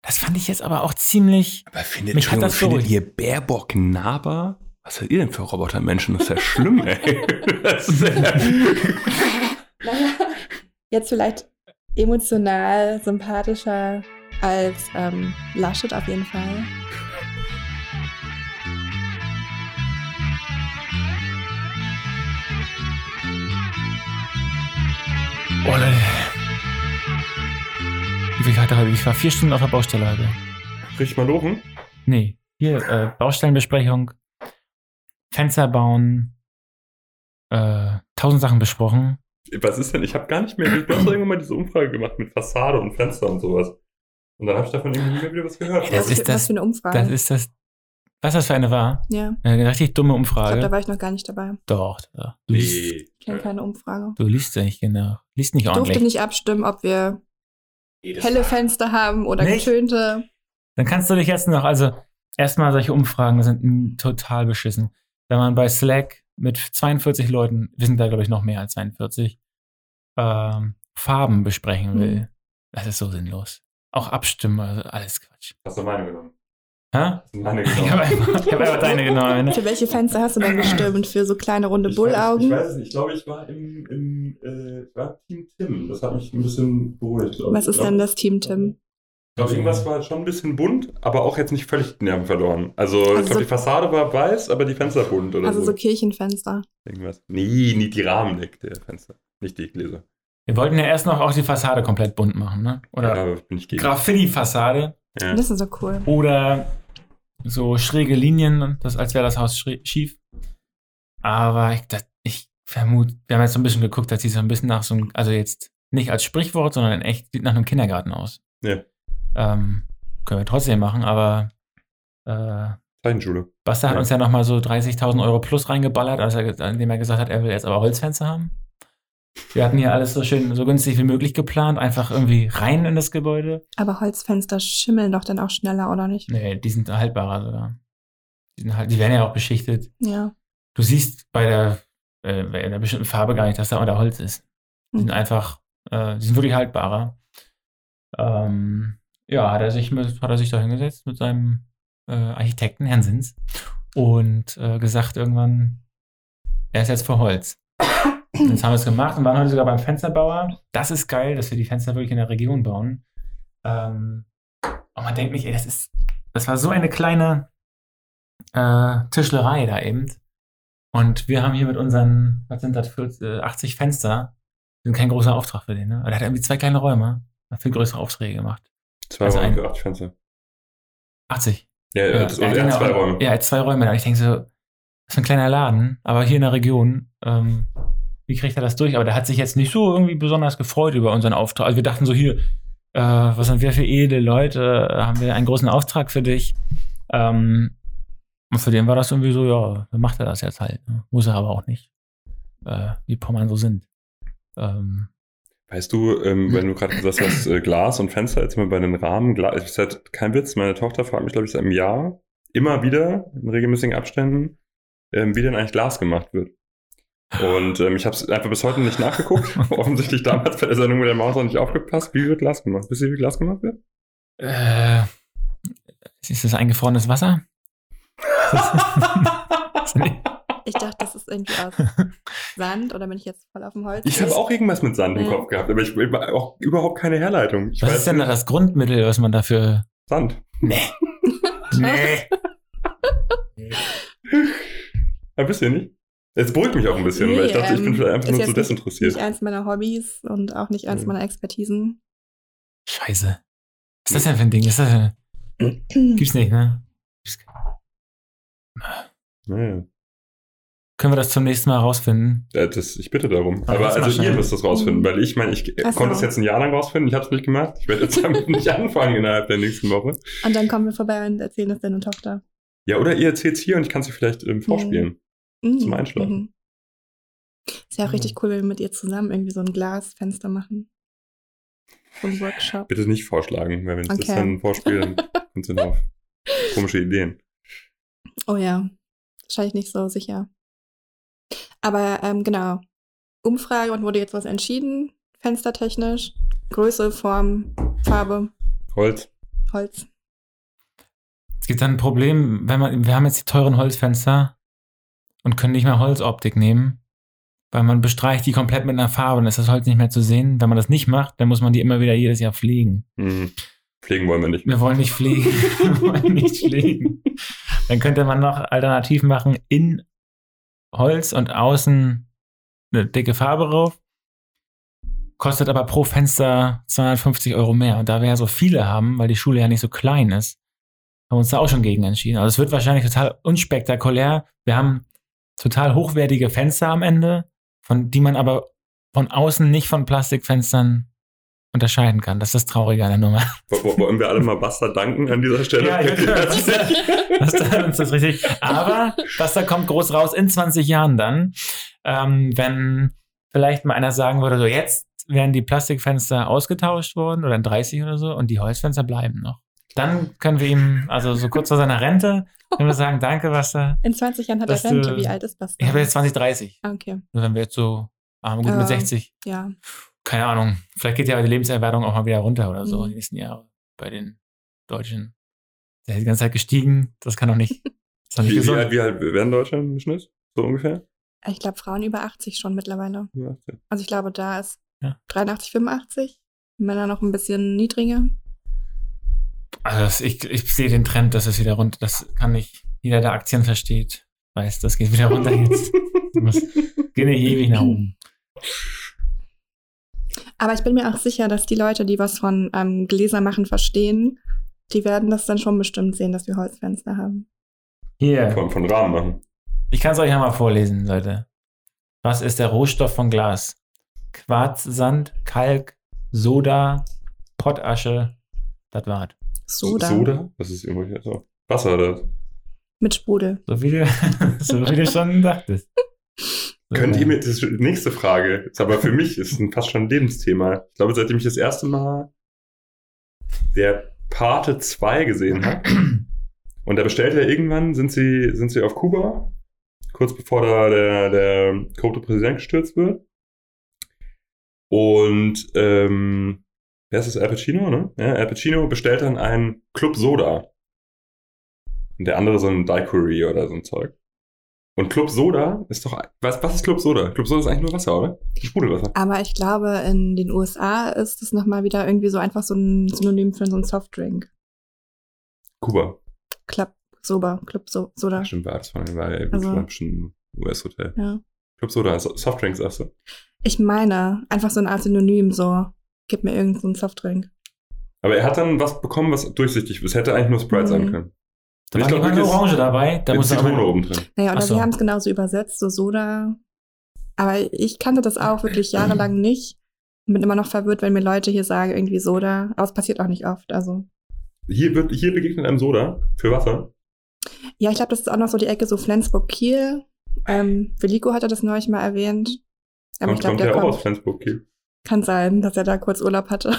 Das fand ich jetzt aber auch ziemlich. Aber findet ihr Baerbock nahbar? Was seid ihr denn für Robotermenschen? Das ist ja schlimm, ey. Naja, jetzt vielleicht emotional sympathischer als Laschet auf jeden Fall. Oh, Leute. Wie viel hatte ich? Ich war 4 Stunden auf der Baustelle heute. Richtig mal lochen? Nee, hier Baustellenbesprechung, Fenster bauen, 1000 Sachen besprochen. Was ist denn? Ich habe gar nicht mehr. Du hast irgendwann mal diese Umfrage gemacht mit Fassade und Fenster und sowas. Und dann habe ich davon irgendwie nie mehr wieder was gehört. Das ist Was für eine Umfrage? Das ist das. Was das für eine war? Ja. Eine richtig dumme Ich Umfrage. glaube, da war ich noch gar nicht dabei. Doch. Du Nee. Ich kenne keine Umfrage. liest ja nicht genau. Liest nicht Ich durfte ordentlich. nicht abstimmen, ob wir Das helle war- Fenster haben oder Nicht? getönte. Dann kannst du dich jetzt noch, also erstmal solche Umfragen sind total beschissen. Wenn man bei Slack mit 42 Leuten, wir sind da glaube ich noch mehr als 42, Farben besprechen will. Das ist so sinnlos. Auch abstimmen, also alles Quatsch. Hast du meine genommen? Hä? Hast du meine Ich genommen? habe einfach deine genommen. Ne? Für welche Fenster hast du denn gestimmt? Für so kleine runde Ich Bullaugen? weiß es nicht. Ich glaube, ich war ich war Team Tim. Das hat mich ein bisschen beruhigt. glaub ich. Was ist denn das Team, Tim? Ich glaube, irgendwas war schon ein bisschen bunt, aber auch jetzt nicht völlig die Nerven verloren. Also ich Also glaube, so- die Fassade war weiß, aber die Fenster bunt oder Also so. so Kirchenfenster. Irgendwas. Nee, nicht die Rahmendeck der Fenster. Nicht die Gläser. Wir wollten ja erst noch auch die Fassade komplett bunt machen, ne? Oder Ja, bin ich gegen. Graffiti-Fassade Ja. Das ist so cool. oder so schräge Linien, als wäre das Haus schief. Aber ich vermute, wir haben jetzt so ein bisschen geguckt, das sieht so ein bisschen nach so einem, also jetzt nicht als Sprichwort, sondern in echt sieht nach einem Kindergarten aus. Ja. Können wir trotzdem machen, aber Zeichenschule. Basta hat Ja. uns ja nochmal so 30.000 Euro plus reingeballert, indem er gesagt hat, er will jetzt aber Holzfenster haben. Wir hatten hier alles so schön, so günstig wie möglich geplant, einfach irgendwie rein in das Gebäude. Aber Holzfenster schimmeln doch dann auch schneller, oder nicht? Nee, die sind haltbarer sogar. Die werden ja auch beschichtet. Ja. Du siehst bei in einer bestimmten Farbe gar nicht, dass da unter Holz ist. Die sind einfach, die sind wirklich haltbarer. Ja, hat er sich da hingesetzt mit seinem Architekten, Herrn Sins, und gesagt irgendwann, er ist jetzt für Holz. Und jetzt haben wir es gemacht und waren heute sogar beim Fensterbauer. Das ist geil, dass wir die Fenster wirklich in der Region bauen. Und man denkt nicht, ey, das war so eine kleine Tischlerei da eben. Und wir haben hier mit unseren, was sind das, 80 Fenster, sind kein großer Auftrag für den, ne? Aber der hat irgendwie 2 kleine Räume, hat viel größere Aufträge gemacht. 2 Also Räume ein- für 8 Fenster. 80. Ja, Ja, und er hat 2 Räume. Ja, er hat 2 Räume. Und ich denke so, das ist ein kleiner Laden, aber hier in der Region, wie kriegt er das durch? Aber der hat sich jetzt nicht so irgendwie besonders gefreut über unseren Auftrag. Also wir dachten so, hier, was sind wir für edle Leute? Haben wir einen großen Auftrag für dich? Und für den war das irgendwie so, ja, dann macht er das jetzt halt. Ne? Muss er aber auch nicht. Wie Pommern so sind. Weißt du, wenn du gerade gesagt hast, Glas und Fenster, jetzt mal bei den Rahmen, Glas, ist halt kein Witz, meine Tochter fragt mich, glaube ich, seit einem Jahr, immer wieder, in regelmäßigen Abständen, wie denn eigentlich Glas gemacht wird. Und ich habe es einfach bis heute nicht nachgeguckt. Offensichtlich damals bei der Sendung mit der Maus auch nicht aufgepasst. Wie wird Glas gemacht? Wisst ihr, wie Glas gemacht wird? Ist das eingefrorenes Wasser? Ich dachte, das ist irgendwie aus Sand oder bin ich jetzt voll auf dem Holz? Ich habe auch irgendwas mit Sand im Ja. Kopf gehabt, aber ich habe auch überhaupt keine Herleitung. Ich Was ist denn nicht. das Grundmittel, was man dafür... Sand. Nee. Nee. Ja, wisst ihr nicht? Jetzt beruhigt mich auch ein bisschen, weil ich dachte, ich bin vielleicht einfach ist nur so jetzt desinteressiert. Nicht eins meiner Hobbys und auch nicht eins Mhm. meiner Expertisen. Scheiße. Was ist das denn für ein Ding? Gibt's nicht, ne? Naja. Können wir das zum nächsten Mal rausfinden? Ich bitte darum. Ah, Aber das also mach schnell. ihr müsst das rausfinden, weil ich meine, ich Ach so. konnte es jetzt ein Jahr lang rausfinden, ich habe es nicht gemacht. Ich werde jetzt damit nicht anfangen innerhalb der nächsten Woche. Und dann kommen wir vorbei und erzählen es deiner Tochter. Ja, oder ihr erzählt es hier und ich kann es vielleicht vorspielen. Zum Einschlafen. Mhm. Ist ja auch richtig cool, wenn wir mit ihr zusammen irgendwie so ein Glasfenster machen. So ein Workshop. Bitte nicht vorschlagen, weil wenn ich das Okay. dann vorspiele, dann kommt sie auf komische Ideen. Oh ja, wahrscheinlich nicht so sicher. Aber genau, Umfrage und wurde jetzt was entschieden, fenstertechnisch, Größe, Form, Farbe, Holz. Holz. Es gibt dann ein Problem, wir haben jetzt die teuren Holzfenster und können nicht mehr Holzoptik nehmen, weil man bestreicht die komplett mit einer Farbe und ist das Holz nicht mehr zu sehen. Wenn man das nicht macht, dann muss man die immer wieder jedes Jahr pflegen. Pflegen wollen wir nicht. Wir wollen nicht pflegen. Wir wollen nicht pflegen. Dann könnte man noch Alternativen machen, in Holz und außen eine dicke Farbe drauf. Kostet aber pro Fenster 250 € mehr. Und da wir ja so viele haben, weil die Schule ja nicht so klein ist, haben wir uns da auch schon gegen entschieden. Also es wird wahrscheinlich total unspektakulär. Wir haben total hochwertige Fenster am Ende, die man aber von außen nicht von Plastikfenstern unterscheiden kann. Das ist das Traurige an der Nummer. Wollen wir alle mal Basta danken an dieser Stelle? Ja, das uns das richtig. Aber Basta kommt groß raus in 20 Jahren dann, wenn vielleicht mal einer sagen würde, so jetzt werden die Plastikfenster ausgetauscht worden oder in 30 oder so und die Holzfenster bleiben noch. Dann können wir ihm, also so kurz vor seiner Rente, können wir sagen, danke, Basta. In 20 Jahren hat er Rente. Wie alt ist Basta? Ich habe jetzt 2030. Okay. Nur wenn wir jetzt so, gut mit 60. Ja. Keine Ahnung. Vielleicht geht ja die Lebenserwartung auch mal wieder runter oder so in den nächsten Jahren bei den Deutschen. Der ist die ganze Zeit gestiegen. Das kann doch nicht. Das ist doch nicht gesund. Wie alt werden Deutsche im Schnitt? So ungefähr? Ich glaube, Frauen über 80 schon mittlerweile. Ja. Also ich glaube, da ist 83, 85. Männer noch ein bisschen niedriger. Also ich sehe den Trend, dass es wieder runter. Das kann nicht jeder, der Aktien versteht, weiß, das geht wieder runter jetzt. Geht nicht ewig nach oben. Aber ich bin mir auch sicher, dass die Leute, die was von Gläser machen, verstehen, die werden das dann schon bestimmt sehen, dass wir Holzfenster haben. Hier. Von Rahmen machen. Ich kann es euch ja mal vorlesen, Leute. Was ist der Rohstoff von Glas? Quarz, Sand, Kalk, Soda, Pottasche, das war's. Soda? Das ist irgendwie so. Wasser, oder? Mit Sprudel. So wie du schon dachtest. Könnt ihr mir, das ist die nächste Frage, ist aber für mich ist fast schon ein Lebensthema. Ich glaube, seitdem ich das erste Mal der Pate 2 gesehen habe, und da bestellt ja irgendwann, sind sie auf Kuba, kurz bevor da der korrupte Präsident gestürzt wird. Und wer ist das? Al Pacino, ne? Ja, Al Pacino bestellt dann einen Club Soda. Und der andere so ein Daiquiri oder so ein Zeug. Und Club Soda ist doch... Was ist Club Soda? Club Soda ist eigentlich nur Wasser, oder? Sprudelwasser. Aber ich glaube, in den USA ist das nochmal wieder irgendwie so einfach so ein Synonym für so einen Softdrink. Kuba. Club Soda. Ja, stimmt, das war ja ein US-Hotel. Ja. Club Soda, Softdrinks, sagst du? Ich meine, einfach so eine Art Synonym, so, gib mir irgend so einen Softdrink. Aber er hat dann was bekommen, was durchsichtig ist. Hätte eigentlich nur Sprite sein können. Da war eine Orange dabei. Da muss Zitrone oben drin. Naja, oder sie haben es genauso übersetzt, so Soda. Aber ich kannte das auch wirklich jahrelang nicht. Und bin immer noch verwirrt, wenn mir Leute hier sagen, irgendwie Soda. Aber es passiert auch nicht oft, also. Hier begegnet einem Soda für Wasser. Ja, ich glaube, das ist auch noch so die Ecke, so Flensburg-Kiel. Veliko hatte das neulich mal erwähnt. Aber ich glaube, der kommt auch aus Flensburg-Kiel. Kann sein, dass er da kurz Urlaub hatte.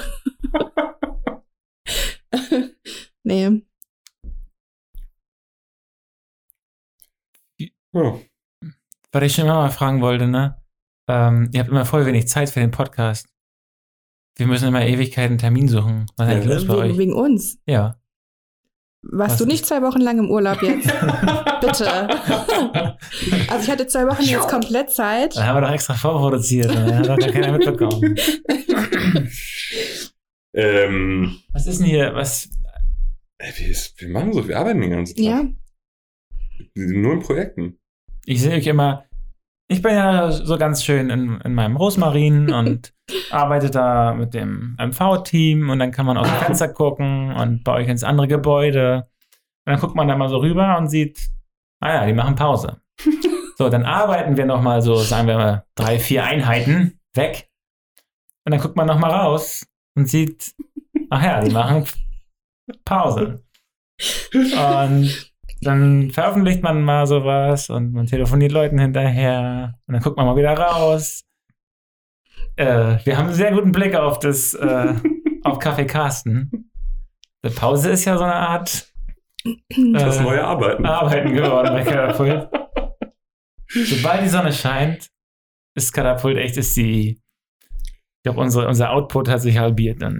Nee. Oh. Was ich schon immer mal fragen wollte, ne? Ihr habt immer voll wenig Zeit für den Podcast. Wir müssen immer Ewigkeiten einen Termin suchen. Was ist eigentlich los bei euch? Wegen uns? Ja. Warst du nicht 2 Wochen lang im Urlaub jetzt? Bitte. Also ich hatte 2 Wochen jetzt komplett Zeit. Dann haben wir doch extra vorproduziert. Dann hat doch gar keiner mitbekommen. Was ist denn hier? Wir machen so, wir arbeiten den ganzen Tag. Ja. Nur in Projekten. Ich sehe euch immer, ich bin ja so ganz schön in meinem Rosmarin und arbeite da mit dem MV-Team und dann kann man aus dem Fenster gucken und bei euch ins andere Gebäude. Und dann guckt man da mal so rüber und sieht, die machen Pause. So, dann arbeiten wir nochmal so, sagen wir mal, 3, 4 Einheiten weg. Und dann guckt man nochmal raus und sieht, die machen Pause. Und dann veröffentlicht man mal sowas und man telefoniert Leuten hinterher und dann guckt man mal wieder raus. Wir haben einen sehr guten Blick auf auf Kaffee Carsten. Die Pause ist ja so eine Art das neue Arbeiten geworden bei Katapult. Sobald die Sonne scheint, ist Katapult echt, ich glaube, unser Output hat sich halbiert dann.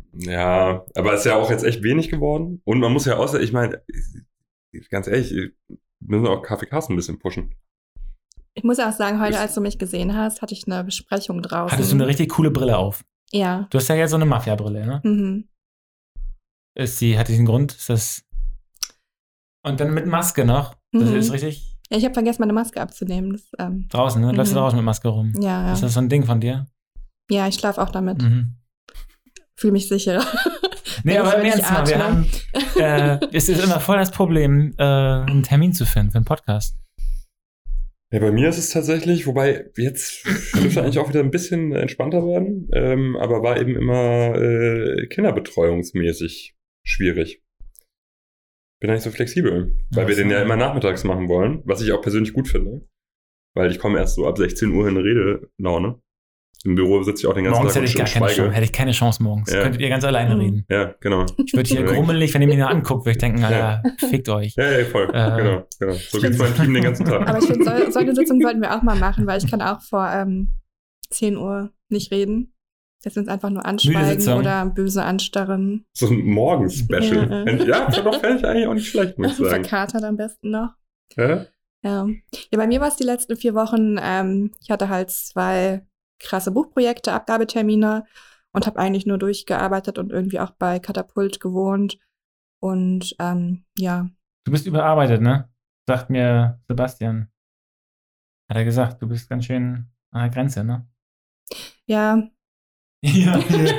Ja, aber es ist ja auch jetzt echt wenig geworden. Und man muss ja außer, ich meine, ganz ehrlich, wir müssen auch Kaffee Carsten ein bisschen pushen. Ich muss auch sagen, heute, als du mich gesehen hast, hatte ich eine Besprechung draußen. Hattest du eine richtig coole Brille auf? Ja. Du hast ja jetzt so eine Mafia-Brille, ne? Mhm. Hat die einen Grund? Ist das... Und dann mit Maske noch? Das ist richtig... Ja, ich habe vergessen, meine Maske abzunehmen. Das, draußen, ne? Läufst du draußen mit Maske rum? Ja. Ist das so ein Ding von dir? Ja, ich schlafe auch damit. Fühle mich sicher. Nee, aber im Ernst mal, wir haben... es ist immer voll das Problem, einen Termin zu finden für einen Podcast. Ja, bei mir ist es tatsächlich, wobei jetzt dürfte eigentlich auch wieder ein bisschen entspannter werden, aber war eben immer kinderbetreuungsmäßig schwierig. Bin da nicht so flexibel, weil wir den ja immer nachmittags machen wollen, was ich auch persönlich gut finde, weil ich komme erst so ab 16 Uhr in eine Redelaune. Im Büro sitze ich auch den ganzen morgens Tag und schweige. Hätte ich keine Chance morgens. Ja. Könntet ihr ganz alleine reden. Ja, genau. Ich würde hier grummelig, wenn ihr mich nur anguckt, würde ich denken, Alter, fickt euch. Ja, voll. Genau. So geht's meinem Team den ganzen Tag. Aber ich finde, solche Sitzungen sollten wir auch mal machen, weil ich kann auch vor 10 Uhr nicht reden. Dass wir uns einfach nur anschweigen oder böse anstarren. So ein Morgen-Special. Ja, doch, fände ich eigentlich auch nicht schlecht, muss ich sagen. Verkatert am besten noch. Ja, bei mir war es die letzten 4 Wochen, ich hatte halt 2 krasse Buchprojekte, Abgabetermine und habe eigentlich nur durchgearbeitet und irgendwie auch bei Katapult gewohnt. Und ja. Du bist überarbeitet, ne? Sagt mir Sebastian. Hat er gesagt, du bist ganz schön an der Grenze, ne? Ja. Ja.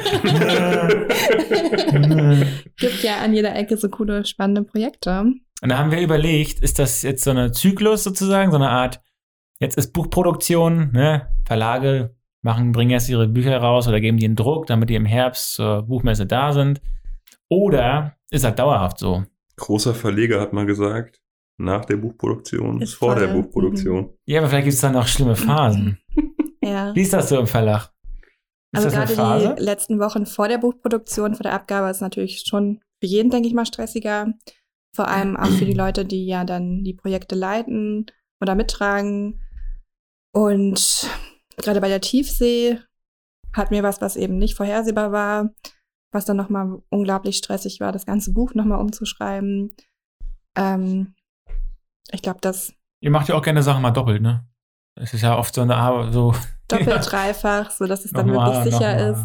Gibt ja an jeder Ecke so coole, spannende Projekte. Und da haben wir überlegt, ist das jetzt so eine Zyklus sozusagen, so eine Art, jetzt ist Buchproduktion, ne? Verlage bringen erst ihre Bücher raus oder geben die einen Druck, damit die im Herbst zur Buchmesse da sind. Oder ist das dauerhaft so? Großer Verleger hat mal gesagt, nach der Buchproduktion ist vor der Buchproduktion. Ja, aber vielleicht gibt es dann auch schlimme Phasen. Ja. Wie ist das so im Verlag? Ist also das gerade die letzten Wochen vor der Buchproduktion, vor der Abgabe ist natürlich schon für jeden, denke ich mal, stressiger. Vor allem auch für die Leute, die ja dann die Projekte leiten oder mittragen. Und gerade bei der Tiefsee hatten wir was eben nicht vorhersehbar war, was dann nochmal unglaublich stressig war, das ganze Buch nochmal umzuschreiben. Ich glaube, das... Ihr macht ja auch gerne Sachen mal doppelt, ne? Es ist ja oft so eine so... Doppelt, dreifach, so dass es dann wirklich sicher ist.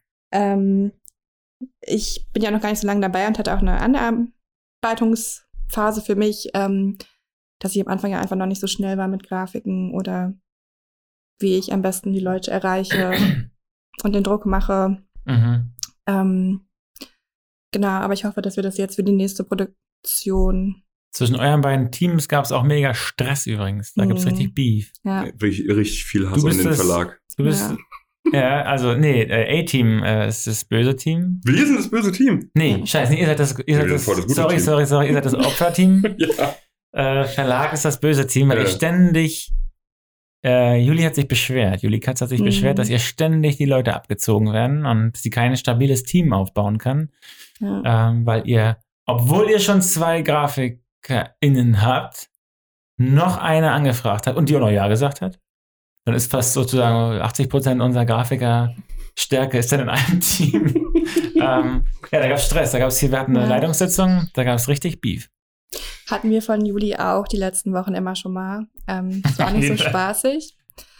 Ich bin ja noch gar nicht so lange dabei und hatte auch eine Anarbeitungsphase für mich, dass ich am Anfang ja einfach noch nicht so schnell war mit Grafiken oder wie ich am besten die Leute erreiche und den Druck mache. Genau, aber ich hoffe, dass wir das jetzt für die nächste Produktion... Zwischen euren beiden Teams gab es auch mega Stress übrigens. Da gibt es richtig Beef. Ja. Richtig viel Hass an den Verlag. Du bist... Ja, also, nee, A-Team ist das böse Team. Wir sind das böse Team. Nee, scheiße, ihr seid das sorry, ihr seid das Opferteam. Ja. Verlag ist das böse Team, weil ihr ständig... Juli hat sich beschwert. Juli Katz hat sich beschwert, dass ihr ständig die Leute abgezogen werden und sie kein stabiles Team aufbauen kann. Ja. Weil ihr, obwohl ihr schon 2 GrafikerInnen habt, noch eine angefragt habt und die auch noch Ja gesagt hat. Dann ist fast sozusagen 80% unserer Grafiker-Stärke ist dann in einem Team. Da gab es Stress. Wir hatten eine Leitungssitzung, da gab es richtig Beef. Hatten wir von Juli auch die letzten Wochen immer schon mal. Das war auch nicht so spaßig.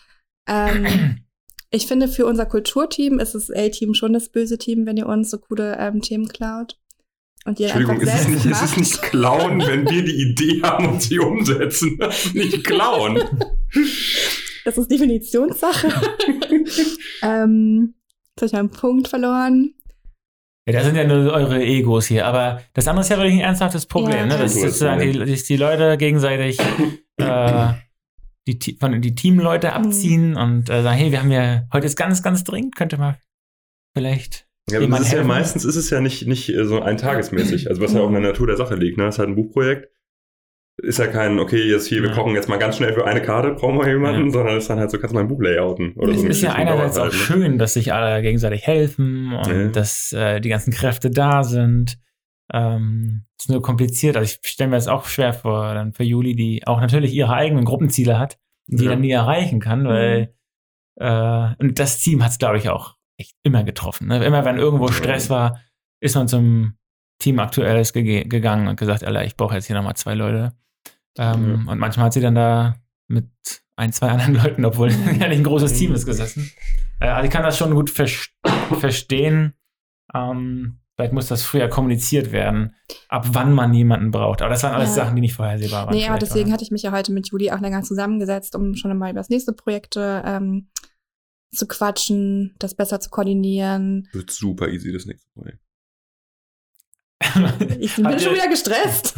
Ich finde, für unser Kulturteam ist das A-Team schon das böse Team, wenn ihr uns so coole Themen klaut. Und ihr Entschuldigung, ist es nicht klauen, wenn wir die Idee haben und sie umsetzen? Das ist nicht klauen. Das ist Definitionssache. Jetzt habe ich mal einen Punkt verloren. Ja, das sind ja nur eure Egos hier, aber das andere ist ja wirklich ein ernsthaftes Problem, ne? Das ist sozusagen, dass die Leute gegenseitig die Teamleute abziehen und sagen, hey, wir haben ja, heute ist ganz, ganz dringend, könnte man vielleicht. Ja, aber das ist ja meistens ist es ja nicht so eintagesmäßig, also was ja auch in der Natur der Sache liegt, ne? Das ist halt ein Buchprojekt. Ist ja kein, okay, jetzt hier, wir kochen jetzt mal ganz schnell für eine Karte, brauchen wir jemanden, sondern es ist dann halt so, kannst du mal ein Buch layouten. Oder es so ist ja einerseits auch schön, dass sich alle gegenseitig helfen und dass die ganzen Kräfte da sind. Ist nur kompliziert. Also ich stelle mir das auch schwer vor, dann für Juli, die auch natürlich ihre eigenen Gruppenziele hat, die dann nie erreichen kann, weil und das Team hat es, glaube ich, auch echt immer getroffen. Ne? Immer wenn irgendwo Stress war, ist man zum Team Aktuelles gegangen und gesagt, Alter, ich brauche jetzt hier nochmal 2 Leute. Und manchmal hat sie dann da mit 1, 2 anderen Leuten, obwohl ja nicht ein großes Team ist, gesessen. Also ich kann das schon gut verstehen. Vielleicht muss das früher kommuniziert werden, ab wann man jemanden braucht. Aber das waren alles Sachen, die nicht vorhersehbar waren. Nee, aber deswegen hatte ich mich ja heute mit Juli auch länger zusammengesetzt, um schon mal über das nächste Projekt zu quatschen, das besser zu koordinieren. Wird super easy, das nächste Projekt. Ich bin schon wieder gestresst.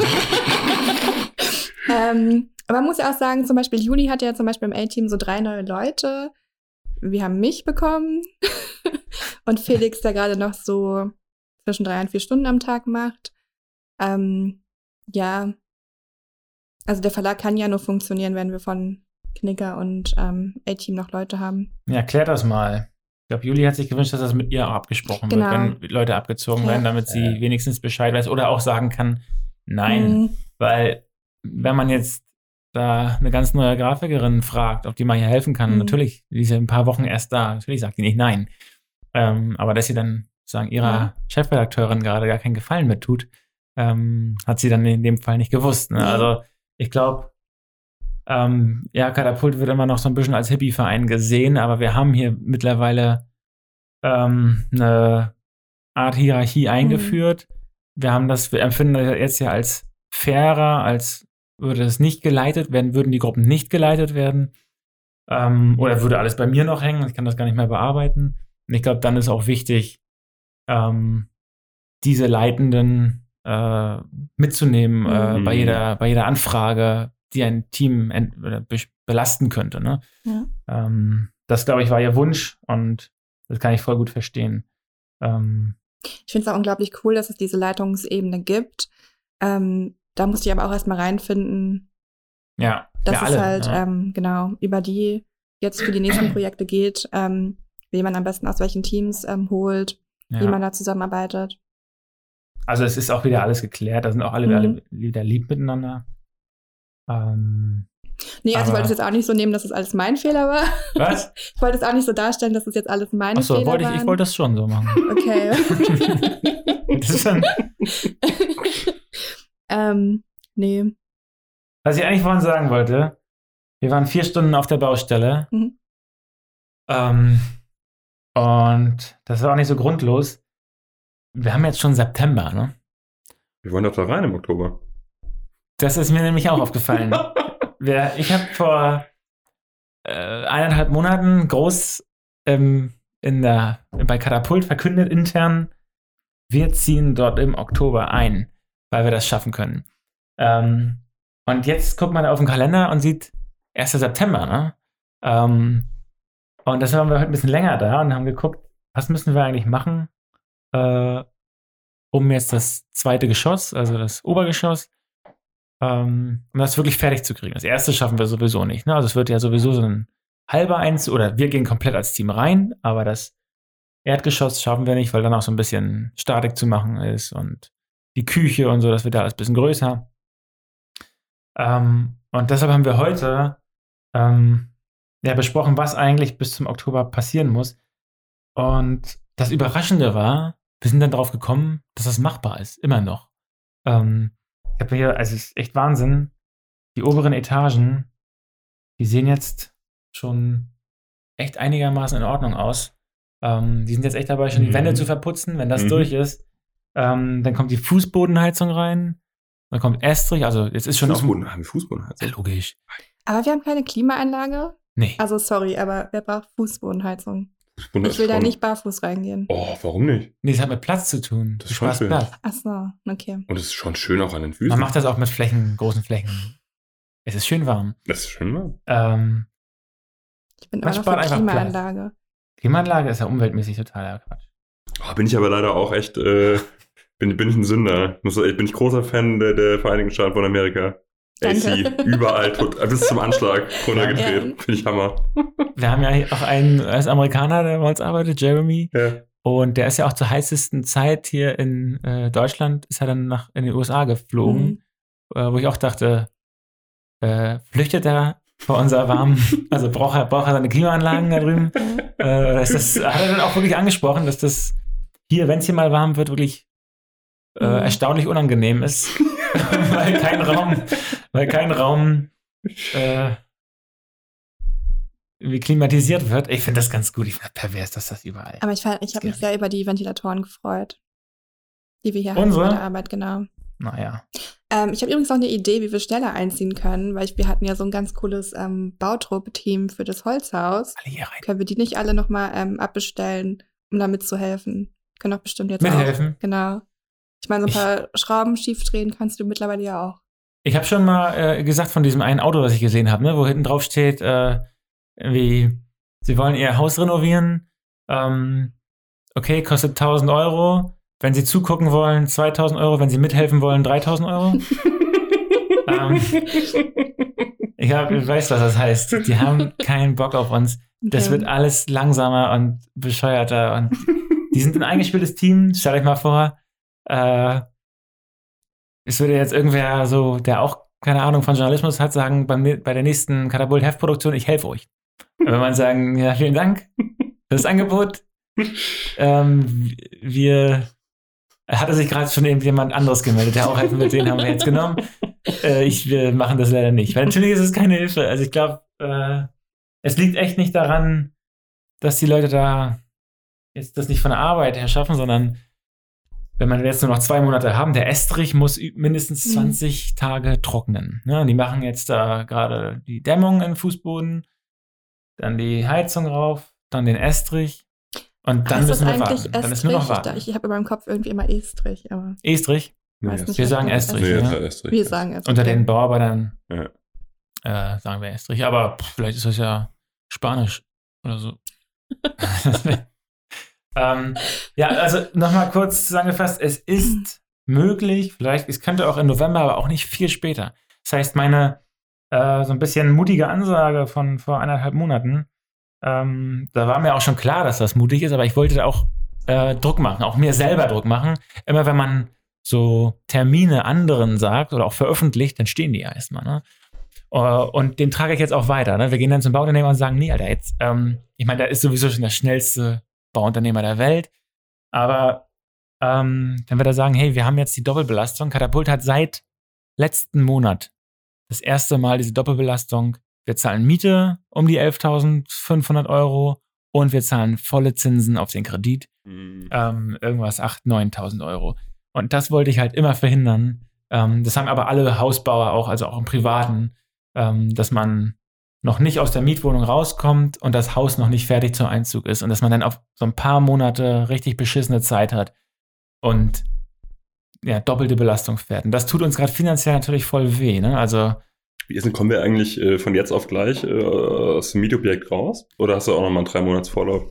Aber man muss ja auch sagen, zum Beispiel Juli hat ja zum Beispiel im A-Team so 3 neue Leute. Wir haben mich bekommen und Felix, der gerade noch so zwischen 3 und 4 Stunden am Tag macht. Ja, also der Verlag kann ja nur funktionieren, wenn wir von Knicker und A-Team noch Leute haben. Ja, klärt das mal. Ich glaube, Juli hat sich gewünscht, dass das mit ihr auch abgesprochen wird, wenn Leute abgezogen werden, damit sie wenigstens Bescheid weiß oder auch sagen kann, nein. Weil wenn man jetzt da eine ganz neue Grafikerin fragt, ob die mal hier helfen kann, natürlich, die ist ja ein paar Wochen erst da, natürlich sagt die nicht nein. Aber dass sie dann sagen, ihrer Chefredakteurin gerade gar keinen Gefallen mit tut, hat sie dann in dem Fall nicht gewusst. Ne? Also ich glaube, Katapult wird immer noch so ein bisschen als Hippie-Verein gesehen, aber wir haben hier mittlerweile eine Art Hierarchie eingeführt. Wir empfinden das jetzt ja als fairer, als würde es nicht geleitet werden, würden die Gruppen nicht geleitet werden. Oder würde alles bei mir noch hängen, ich kann das gar nicht mehr bearbeiten. Und ich glaube, dann ist auch wichtig, diese Leitenden mitzunehmen bei jeder Anfrage, die ein Team belasten könnte. Ne? Ja. Das, glaube ich, war ihr Wunsch und das kann ich voll gut verstehen. Ich finde es auch unglaublich cool, dass es diese Leitungsebene gibt. Da musste ich aber auch erstmal reinfinden, dass es halt genau über die jetzt für die nächsten Projekte geht, wie man am besten aus welchen Teams holt, wie man da zusammenarbeitet. Also es ist auch wieder alles geklärt, da sind auch alle wieder lieb miteinander. Nee, also ich wollte es jetzt auch nicht so nehmen, dass es alles mein Fehler war. Was? Ich wollte es auch nicht so darstellen, dass es jetzt alles meine Fehler waren. Ich wollte das schon so machen. Okay. Das ist dann nee. Was ich eigentlich vorhin sagen wollte, wir waren 4 Stunden auf der Baustelle. Und das war auch nicht so grundlos. Wir haben jetzt schon September, ne? Wir wollen doch da rein im Oktober. Das ist mir nämlich auch aufgefallen. Ich habe vor 1,5 Monaten groß bei Katapult verkündet intern, wir ziehen dort im Oktober ein, weil wir das schaffen können. Und jetzt guckt man auf den Kalender und sieht 1. September, ne? Und deshalb waren wir heute ein bisschen länger da und haben geguckt, was müssen wir eigentlich machen, um jetzt das 2. Geschoss, also das Obergeschoss, um das wirklich fertig zu kriegen. Das erste schaffen wir sowieso nicht. Ne? Also es wird ja sowieso so ein halber oder wir gehen komplett als Team rein, aber das Erdgeschoss schaffen wir nicht, weil dann auch so ein bisschen Statik zu machen ist und die Küche und so, das wird ja alles ein bisschen größer. Und deshalb haben wir heute besprochen, was eigentlich bis zum Oktober passieren muss. Und das Überraschende war, wir sind dann darauf gekommen, dass das machbar ist, immer noch. Ich habe hier, also es ist echt Wahnsinn, die oberen Etagen, die sehen jetzt schon echt einigermaßen in Ordnung aus. Die sind jetzt echt dabei, schon die Wände zu verputzen. Wenn das durch ist, dann kommt die Fußbodenheizung rein, dann kommt Estrich, also jetzt ist schon Fußbodenheizung. Ja, logisch. Aber wir haben keine Klimaanlage. Nee. Also sorry, aber wer braucht Fußbodenheizung? Ich will da nicht barfuß reingehen. Oh, warum nicht? Nee, das hat mit Platz zu tun. Das ist schon schön. Platz. Ach so, okay. Und es ist schon schön auch an den Füßen. Man macht das auch mit großen Flächen. Es ist schön warm. Das ist schön warm. Ich bin immer noch für Klimaanlage. Klimaanlage ist ja umweltmäßig totaler Quatsch. Oh, bin ich aber leider auch echt, bin ich ein Sünder. Bin ich großer Fan der Vereinigten Staaten von Amerika. Danke. AC, überall, bis zum Anschlag runtergedreht. Finde ich Hammer. Wir haben ja auch einen US-Amerikaner, der bei uns arbeitet, Jeremy. Ja. Und der ist ja auch zur heißesten Zeit hier in Deutschland, ist er dann in den USA geflogen, wo ich auch dachte, flüchtet er vor unser warmen, also braucht er seine Klimaanlagen da drüben. Hat er dann auch wirklich angesprochen, dass das hier, wenn es hier mal warm wird, wirklich erstaunlich unangenehm ist, weil kein Raum wie klimatisiert wird. Ich finde das ganz gut. Ich finde pervers, dass das überall. Aber ich habe mich sehr über die Ventilatoren gefreut, die wir hier haben Unsere? bei der Arbeit, genau. Naja. Ich habe übrigens noch eine Idee, wie wir schneller einziehen können, weil wir hatten ja so ein ganz cooles Bautruppe-Team für das Holzhaus. Alle hier rein. Können wir die nicht alle nochmal abbestellen, um da mitzuhelfen? Können doch bestimmt jetzt Mithelfen? auch. Genau. Ich meine, so ein paar Schrauben schief drehen kannst du mittlerweile ja auch. Ich habe schon mal gesagt von diesem einen Auto, was ich gesehen habe, ne, wo hinten drauf steht, wie sie wollen ihr Haus renovieren. Okay, kostet 1.000 Euro. Wenn sie zugucken wollen, 2.000 Euro. Wenn sie mithelfen wollen, 3.000 Euro. Ich weiß, was das heißt. Die haben keinen Bock auf uns. Das wird alles langsamer und bescheuerter. Und die sind ein eingespieltes Team. Stellt euch mal vor, es würde jetzt irgendwer so, der auch keine Ahnung von Journalismus hat, sagen, bei der nächsten Katapult-Heftproduktion, ich helfe euch. Wenn man sagen, ja, vielen Dank für das Angebot. Hatte sich gerade schon jemand anderes gemeldet, der auch helfen will, den haben wir jetzt genommen. Wir machen das leider nicht. Weil natürlich ist es keine Hilfe. Also ich glaube, es liegt echt nicht daran, dass die Leute da jetzt das nicht von der Arbeit her schaffen, sondern wenn man jetzt nur noch 2 Monate haben, der Estrich muss mindestens 20 Tage trocknen. Ne? Und die machen jetzt da gerade die Dämmung im Fußboden, dann die Heizung rauf, dann den Estrich und dann müssen wir warten. Dann ist nur noch warten. Ich habe in meinem Kopf irgendwie immer Estrich. Aber Estrich? weiß nicht, Wir sagen Estrich. Nee, Ja. Estrich. Wir sagen Estrich. Unter den Bauarbeitern Ja. sagen wir Estrich. Aber vielleicht ist das ja Spanisch oder so. Ja, also nochmal kurz zusammengefasst, es ist möglich, vielleicht, es könnte auch im November, aber auch nicht viel später. Das heißt, meine so ein bisschen mutige Ansage von vor 1,5 Monaten, da war mir auch schon klar, dass das mutig ist, aber ich wollte da auch Druck machen, auch mir selber Druck machen. Immer wenn man so Termine anderen sagt oder auch veröffentlicht, dann stehen die ja erstmal, ne? Und den trage ich jetzt auch weiter, ne? Wir gehen dann zum Bauunternehmer und sagen, nee, Alter, jetzt, ich meine, der ist sowieso schon der schnellste Bauunternehmer der Welt. Aber wenn wir da sagen, hey, wir haben jetzt die Doppelbelastung, Katapult hat seit letzten Monat das erste Mal diese Doppelbelastung. Wir zahlen Miete um die 11.500 Euro und wir zahlen volle Zinsen auf den Kredit. Irgendwas 8.000, 9.000 Euro. Und das wollte ich halt immer verhindern. Das haben aber alle Hausbauer auch, also auch im Privaten, dass man noch nicht aus der Mietwohnung rauskommt und das Haus noch nicht fertig zum Einzug ist und dass man dann auf so ein paar Monate richtig beschissene Zeit hat und ja, doppelte Belastung fährt. Und das tut uns gerade finanziell natürlich voll weh, ne? Also Wie ist denn, kommen wir eigentlich von jetzt auf gleich aus dem Mietobjekt raus? Oder hast du auch nochmal einen 3 Monats Vorlauf?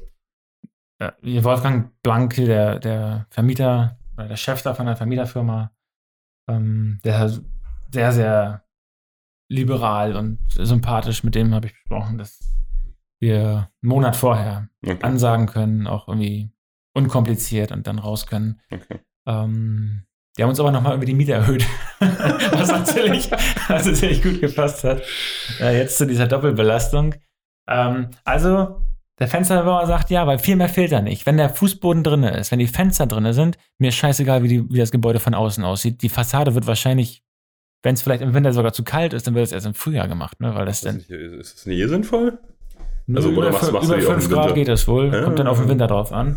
Wolfgang Blank, der Vermieter oder der Chef da von der Vermieterfirma, der sehr, sehr liberal und sympathisch, mit dem habe ich gesprochen, dass wir einen Monat vorher ansagen können, auch irgendwie unkompliziert und dann raus können. Okay. Die haben uns aber nochmal irgendwie die Miete erhöht, was natürlich gut gepasst hat, jetzt zu dieser Doppelbelastung. Also der Fensterbauer sagt ja, weil viel mehr fehlt da nicht. Wenn der Fußboden drin ist, wenn die Fenster drin sind, mir ist scheißegal, wie das Gebäude von außen aussieht. Die Fassade wird wahrscheinlich, wenn es vielleicht im Winter sogar zu kalt ist, dann wird es erst im Frühjahr gemacht, ne? Weil das dann Ist das nicht sinnvoll? Also über 5 Grad geht das wohl, kommt dann auf den Winter drauf an.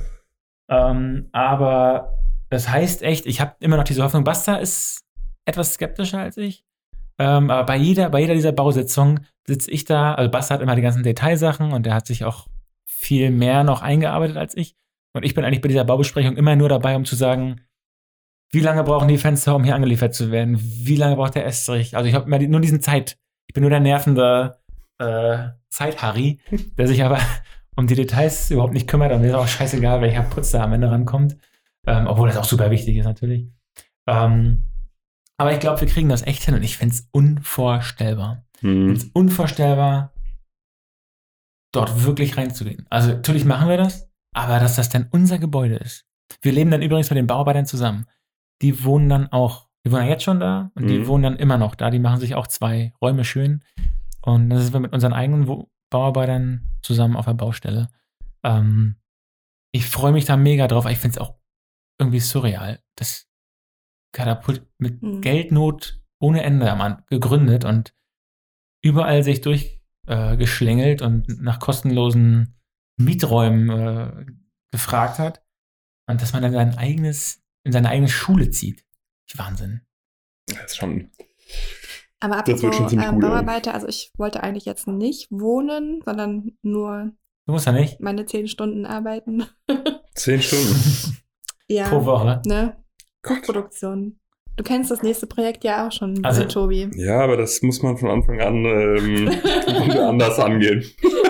Aber das heißt echt, ich habe immer noch diese Hoffnung, Basta ist etwas skeptischer als ich. Aber bei jeder dieser Bausitzungen sitze ich da, also Basta hat immer die ganzen Detailsachen und der hat sich auch viel mehr noch eingearbeitet als ich. Und ich bin eigentlich bei dieser Baubesprechung immer nur dabei, um zu sagen, wie lange brauchen die Fenster, um hier angeliefert zu werden? Wie lange braucht der Estrich? Also ich habe immer nur diesen ich bin nur der nervende Zeit-Harry, der sich aber um die Details überhaupt nicht kümmert. Und mir ist auch scheißegal, welcher Putz da am Ende rankommt. Obwohl das auch super wichtig ist natürlich. Aber ich glaube, wir kriegen das echt hin und ich finde es unvorstellbar. Ich finde es unvorstellbar, dort wirklich reinzugehen. Also natürlich machen wir das, aber dass das dann unser Gebäude ist. Wir leben dann übrigens mit den Bauarbeitern zusammen. Die wohnen dann auch, die wohnen ja jetzt schon da und die wohnen dann immer noch da. Die machen sich auch 2 Räume schön. Und dann sind wir mit unseren eigenen Bauarbeitern zusammen auf der Baustelle. Ich freue mich da mega drauf, aber ich finde es auch irgendwie surreal. Das Katapult mit Geldnot ohne Ende am Anfang gegründet und überall sich durchgeschlängelt und nach kostenlosen Mieträumen gefragt hat. Und dass man dann in seine eigene Schule zieht. Wahnsinn. Das ist schon. Aber Das wird schon ziemlich gut, Bauarbeiter, also ich wollte eigentlich jetzt nicht wohnen, sondern nur Du musst ja nicht. meine 10 Stunden arbeiten. 10 Stunden. Ja, Pro Woche. ne? Gott. Produktion. Du kennst das nächste Projekt ja auch schon, Also- Tobi. Ja, aber das muss man von Anfang an anders angehen.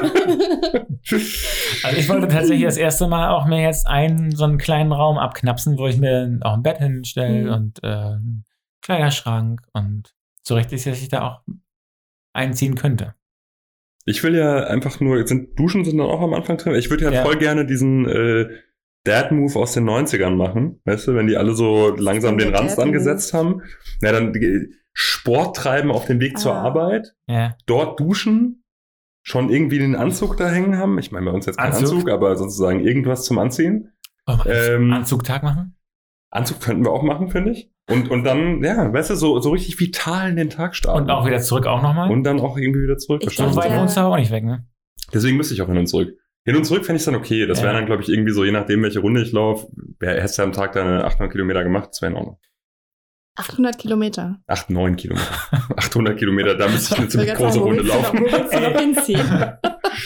Also ich wollte tatsächlich das erste Mal auch mir jetzt so einen kleinen Raum abknapsen, wo ich mir auch ein Bett hinstelle und einen Kleiderschrank und so richtig, dass ich da auch einziehen könnte. Ich will ja einfach nur, Duschen sind dann auch am Anfang drin. Ich würde ja voll gerne diesen Dad-Move aus den 90ern machen. Weißt du, wenn die alle so langsam den Ranst angesetzt haben. Ja, dann Sport treiben auf dem Weg zur Arbeit. Ja. Dort duschen. Schon irgendwie den Anzug da hängen haben. Ich meine, bei uns jetzt kein Anzug, aber sozusagen irgendwas zum Anziehen. Wollen wir einen Anzugtag machen? Anzug könnten wir auch machen, finde ich. Und dann, ja, weißt du, so richtig vital in den Tag starten. Und auch wieder zurück auch nochmal? Und dann auch irgendwie wieder zurück. So weit wohnst du auch nicht weg, ne? Deswegen müsste ich auch hin und zurück. Hin und zurück fände ich dann okay. Das wäre dann, glaube ich, irgendwie so, je nachdem, welche Runde ich laufe, hättest du am Tag deine 800 Kilometer gemacht, das wäre in Ordnung. 800 Kilometer. 9 Kilometer. 800 Kilometer, da müsste ich eine ziemlich große Runde laufen. Wo willst du noch hinziehen?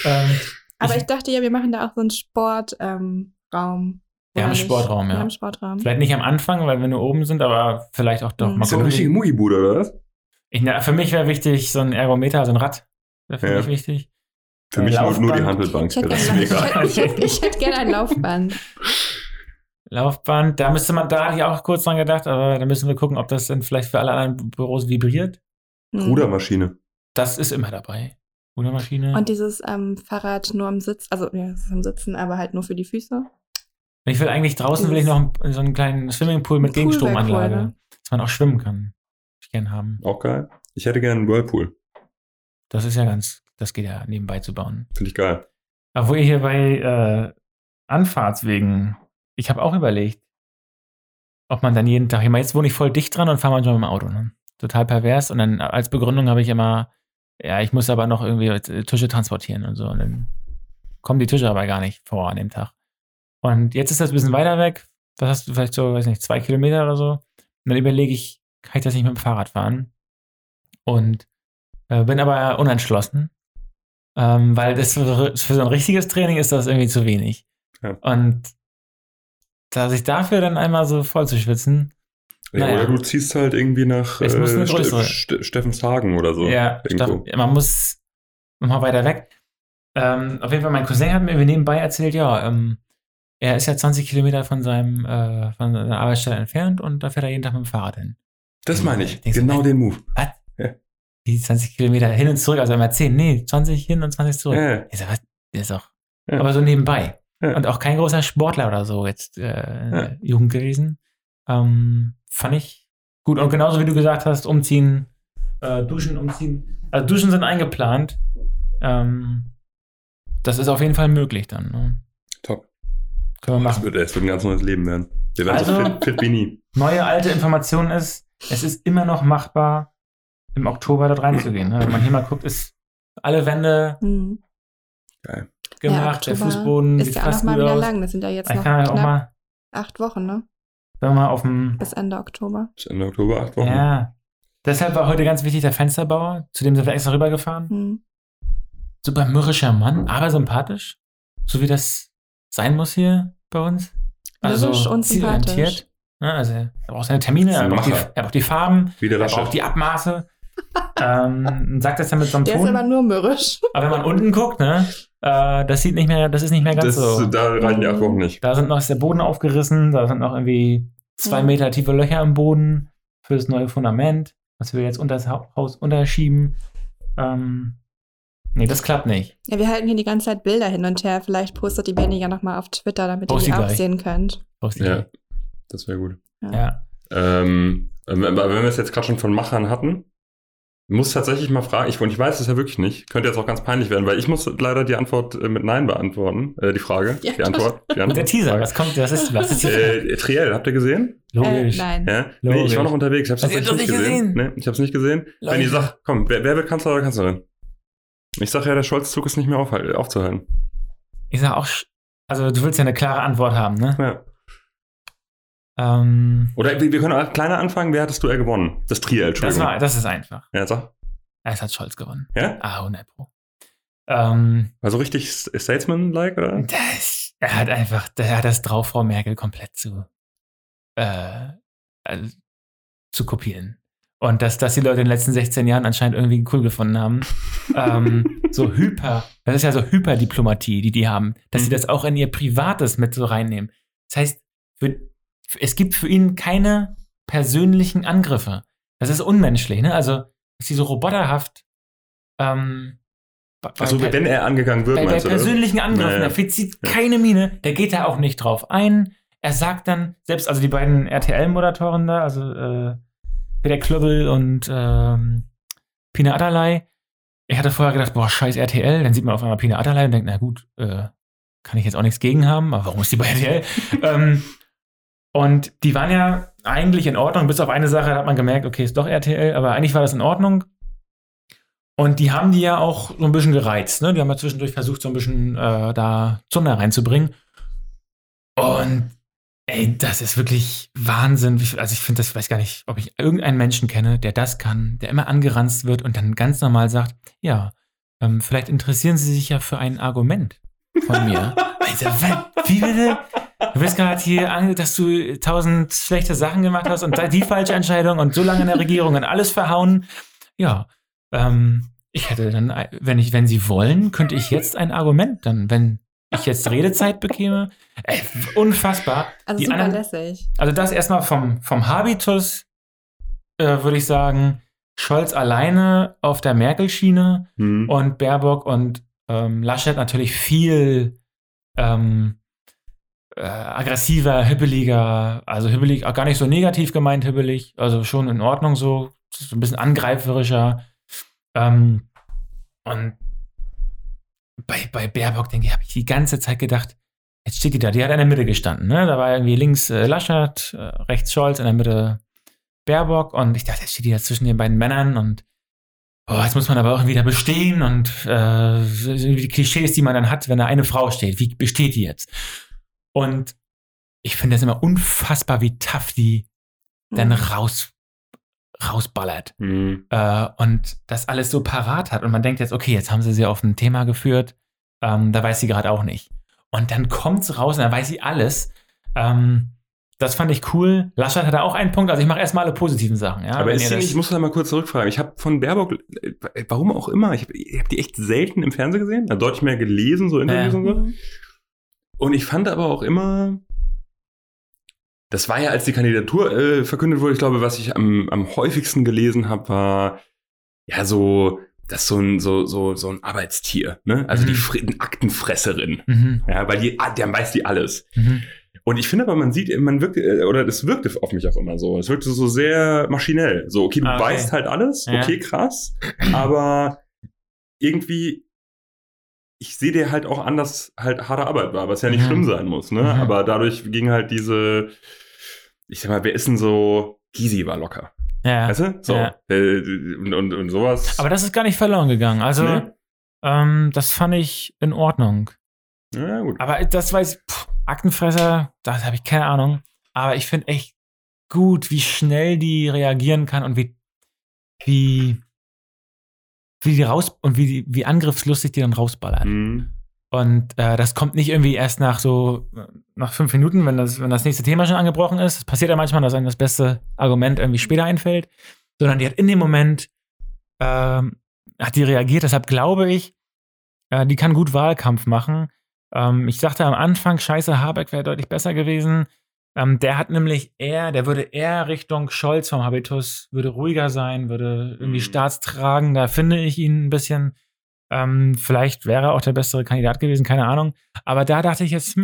Aber ich dachte ja, wir machen da auch so einen Sportraum. Wir haben einen Sportraum, ja. Wir haben einen Sportraum. Vielleicht nicht am Anfang, weil wir nur oben sind, aber vielleicht auch doch. Ist ja eine richtige Mugibude, oder was? Für mich wäre wichtig, so ein Ergometer, so ein Rad. Wäre für mich wichtig. Für mich nur die Handelbank. Ich hätte gerne ein Laufband. Laufband, da hatte ich auch kurz dran gedacht, aber da müssen wir gucken, ob das dann vielleicht für alle anderen Büros vibriert. Rudermaschine. Das ist immer dabei. Rudermaschine. Und dieses Fahrrad nur im Sitz, also ja, es ist im Sitzen, aber halt nur für die Füße. Ich will eigentlich draußen will ich noch so einen kleinen Swimmingpool mit Gegenstromanlage, cool, ne? dass man auch schwimmen kann. Würde ich gerne haben. Auch geil. Ich hätte gerne einen Whirlpool. Das geht ja nebenbei zu bauen. Finde ich geil. Aber wo ihr hier bei Anfahrtswegen, ich habe auch überlegt, ob man dann jeden Tag, jetzt wohne ich voll dicht dran und fahre manchmal mit dem Auto, ne? Total pervers. Und dann als Begründung habe ich immer, ja, ich muss aber noch irgendwie Tische transportieren und so. Und dann kommen die Tische aber gar nicht vor an dem Tag. Und jetzt ist das ein bisschen weiter weg. Was hast du vielleicht so, weiß nicht, 2 Kilometer oder so? Und dann überlege ich, kann ich das nicht mit dem Fahrrad fahren? Und bin aber unentschlossen. Weil das für so ein richtiges Training ist das irgendwie zu wenig. Ja. Und da sich dafür dann einmal so voll zu schwitzen. Ja, oder du ziehst halt irgendwie nach Steffenshagen oder so. Ja, man muss nochmal weiter weg. Auf jeden Fall, mein Cousin hat mir nebenbei erzählt, ja, er ist ja 20 Kilometer von seiner Arbeitsstelle entfernt und da fährt er jeden Tag mit dem Fahrrad hin. Das meine ich. Genau den Move. Was? Ja. Die 20 Kilometer hin und zurück, also einmal 10. Nee, 20 hin und 20 zurück. Ja. Ich sag, was? Das ist auch. Ja. Aber so nebenbei. Ja. Und auch kein großer Sportler oder so jetzt Jugend gewesen. Fand ich gut. Und genauso wie du gesagt hast, umziehen, umziehen. Also Duschen sind eingeplant. Das ist auf jeden Fall möglich dann. Ne? Top. Können wir machen. Es wird ein ganz neues Leben werden. Wir werden so fit wie nie. Neue alte Information ist, es ist immer noch machbar, im Oktober dort reinzugehen. Ne? Wenn man hier mal guckt, ist alle Wände geil gemacht, der Fußboden ist ja auch noch mal wieder lang. Das sind ja jetzt noch knapp 8 Wochen, ne? Wenn wir mal bis Ende Oktober. Bis Ende Oktober 8 Wochen. Ja. Deshalb war heute ganz wichtig der Fensterbauer, zu dem sind wir extra rübergefahren. Super mürrischer Mann, aber sympathisch. So wie das sein muss hier bei uns. Also zielorientiert. Ne? Also er braucht seine Termine, er braucht die Farben, er braucht die Abmaße. Sagt das dann mit so einem Ton. Der ist aber nur mürrisch. Aber wenn man unten guckt, ne, das ist nicht mehr ganz so. Da reichen die 8 Wochen nicht. Da ist der Boden aufgerissen, da sind noch irgendwie 2 Meter tiefe Löcher im Boden für das neue Fundament, was wir jetzt unter das Haus unterschieben. Nee, das klappt nicht. Ja, wir halten hier die ganze Zeit Bilder hin und her. Vielleicht postet die Benny ja nochmal auf Twitter, damit ihr die auch sehen könnt. Ja, das wäre gut. Ja. Aber wenn wir es jetzt gerade schon von Machern hatten, Muss tatsächlich mal fragen, ich weiß es ja wirklich nicht, könnte jetzt auch ganz peinlich werden, weil ich muss leider die Antwort mit Nein beantworten, die Frage, die Antwort. Der Teaser, was kommt, was ist Triell, habt ihr gesehen? Logisch. Nein. Ja? Nee, ich war noch unterwegs, ich hab's Hast du tatsächlich nicht gesehen. Nee, ich hab's nicht gesehen. Leute. Wenn ihr sagt, komm, wer wird Kanzler oder Kanzlerin? Ich sag ja, der Scholz-Zug ist nicht mehr aufzuhalten. Ich sag auch, also du willst ja eine klare Antwort haben, ne? Ja. Ähm, Oder wir können auch kleiner anfangen, wer hattest du gewonnen? Das Triell, Entschuldigung. das ist einfach. Ja, sag. Es hat Scholz gewonnen. Ja? 100 Pro. Also richtig Statesman-like, oder? Er hat das drauf, Frau Merkel komplett zu kopieren. Und dass die Leute in den letzten 16 Jahren anscheinend irgendwie cool gefunden haben. Das ist ja so Hyperdiplomatie, die haben, dass sie das auch in ihr Privates mit so reinnehmen. Das heißt, es gibt für ihn keine persönlichen Angriffe. Das ist unmenschlich, ne? Also, dass sie so roboterhaft Also wenn er angegangen wird, bei persönlichen Angriffen, er verzieht keine Miene, der geht da auch nicht drauf ein. Er sagt dann, selbst, also die beiden RTL-Moderatoren da, also Peter Klöbbel und Pina Adderley, ich hatte vorher gedacht, boah, scheiß RTL, dann sieht man auf einmal Pina Adderley und denkt, na gut, kann ich jetzt auch nichts gegen haben, aber warum ist die bei RTL? Und die waren ja eigentlich in Ordnung, bis auf eine Sache, da hat man gemerkt, okay, ist doch RTL, aber eigentlich war das in Ordnung. Und die haben die ja auch so ein bisschen gereizt, ne? Die haben ja zwischendurch versucht, so ein bisschen da Zunder reinzubringen. Und ey, das ist wirklich Wahnsinn. Also ich finde, das weiß gar nicht, ob ich irgendeinen Menschen kenne, der das kann, der immer angeranzt wird und dann ganz normal sagt, ja, vielleicht interessieren Sie sich ja für ein Argument von mir. Also, wie bitte? Du bist gerade hier, dass du 1000 schlechte Sachen gemacht hast und die falsche Entscheidung und so lange in der Regierung und alles verhauen. Ja, ich hätte dann, wenn Sie wollen, könnte ich jetzt ein Argument dann, wenn ich jetzt Redezeit bekäme. Ey, unfassbar. Also super lässig. Also das erstmal vom Habitus, würde ich sagen, Scholz alleine auf der Merkel-Schiene und Baerbock und Laschet natürlich viel aggressiver, hibbeliger, also hibbelig, auch gar nicht so negativ gemeint hibbelig, also schon in Ordnung so ein bisschen angreiferischer. Und bei Baerbock, denke ich, habe ich die ganze Zeit gedacht, jetzt steht die da, die hat in der Mitte gestanden, ne? Da war irgendwie links Laschet, rechts Scholz, in der Mitte Baerbock und ich dachte, jetzt steht die da zwischen den beiden Männern und jetzt muss man aber auch wieder bestehen und die Klischees, die man dann hat, wenn da eine Frau steht, wie besteht die jetzt? Und ich finde das immer unfassbar, wie tough die dann rausballert. Und das alles so parat hat. Und man denkt jetzt, okay, jetzt haben sie auf ein Thema geführt, da weiß sie gerade auch nicht. Und dann kommt's raus und dann weiß sie alles. Das fand ich cool. Laschet hatte auch einen Punkt, also ich mache erstmal alle positiven Sachen. Ja, aber ich muss da mal kurz zurückfragen. Ich habe von Baerbock, warum auch immer, ich hab die echt selten im Fernsehen gesehen, da deutlich mehr gelesen, so Interviews und so. Und ich fand aber auch immer, das war ja, als die Kandidatur verkündet wurde, ich glaube, was ich am häufigsten gelesen habe, war ja so, das ist so ein Arbeitstier, ne? Also die Aktenfresserin. Ja, weil der weiß die alles. Und ich finde aber, man das wirkte auf mich auch immer so. Es wirkte so sehr maschinell. So, okay, du weißt halt alles, okay, krass, aber irgendwie, ich sehe dir halt auch an, dass halt harte Arbeit war, was ja nicht schlimm sein muss, ne? Aber dadurch ging halt diese, ich sag mal, wer ist denn so, Gysi war locker. Ja. Weißt du? So. Ja. Und sowas. Aber das ist gar nicht verloren gegangen. Also, das fand ich in Ordnung. Ja, gut. Aber das Aktenfresser, das habe ich keine Ahnung. Aber ich finde echt gut, wie schnell die reagieren kann und wie die wie angriffslustig die dann rausballert. Und das kommt nicht irgendwie erst nach 5 Minuten, wenn das nächste Thema schon angebrochen ist. Es passiert ja manchmal, dass einem das beste Argument irgendwie später einfällt. Sondern die hat in dem Moment hat die reagiert. Deshalb glaube ich, die kann gut Wahlkampf machen. Ich sagte am Anfang, scheiße, Habeck wäre deutlich besser gewesen. Der würde eher Richtung Scholz vom Habitus, würde ruhiger sein, würde irgendwie staatstragend. Da finde ich ihn ein bisschen. Vielleicht wäre er auch der bessere Kandidat gewesen, keine Ahnung. Aber da dachte ich jetzt,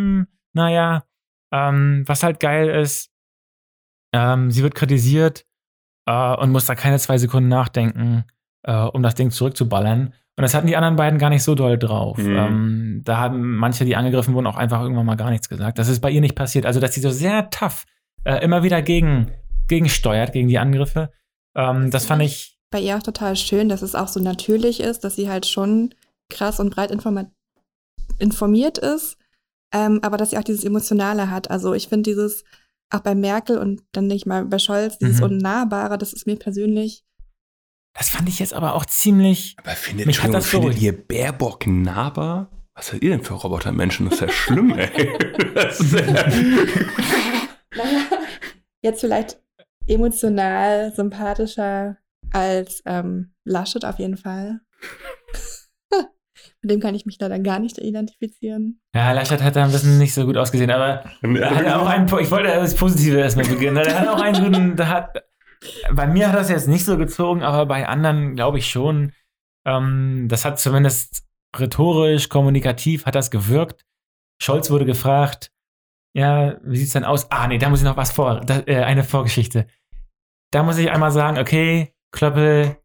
was halt geil ist, sie wird kritisiert und muss da keine 2 Sekunden nachdenken. um das Ding zurückzuballern. Und das hatten die anderen beiden gar nicht so doll drauf. Da haben manche, die angegriffen wurden, auch einfach irgendwann mal gar nichts gesagt. Das ist bei ihr nicht passiert. Also, dass sie so sehr tough immer wieder gegensteuert, gegen die Angriffe. Das fand ich bei ihr auch total schön, dass es auch so natürlich ist, dass sie halt schon krass und breit informiert ist, aber dass sie auch dieses Emotionale hat. Also ich finde dieses, auch bei Merkel und dann nicht mal bei Scholz, dieses Unnahbare, das ist mir persönlich. Das fand ich jetzt aber auch ziemlich. Aber findet ihr Baerbock nahbar? Was seid ihr denn für Robotermenschen? Das ist ja schlimm, ey. Naja, jetzt vielleicht emotional sympathischer als Laschet auf jeden Fall. Mit dem kann ich mich leider gar nicht identifizieren. Ja, Laschet hat da ein bisschen nicht so gut ausgesehen, aber er hat auch einen, ich wollte das Positive erstmal beginnen. Er hat auch einen guten, bei mir hat das jetzt nicht so gezogen, aber bei anderen glaube ich schon. Das hat zumindest rhetorisch, kommunikativ hat das gewirkt. Scholz wurde gefragt, ja, wie sieht's denn aus? Ah, nee, da muss ich noch was eine Vorgeschichte. Da muss ich einmal sagen, okay, Klöppel,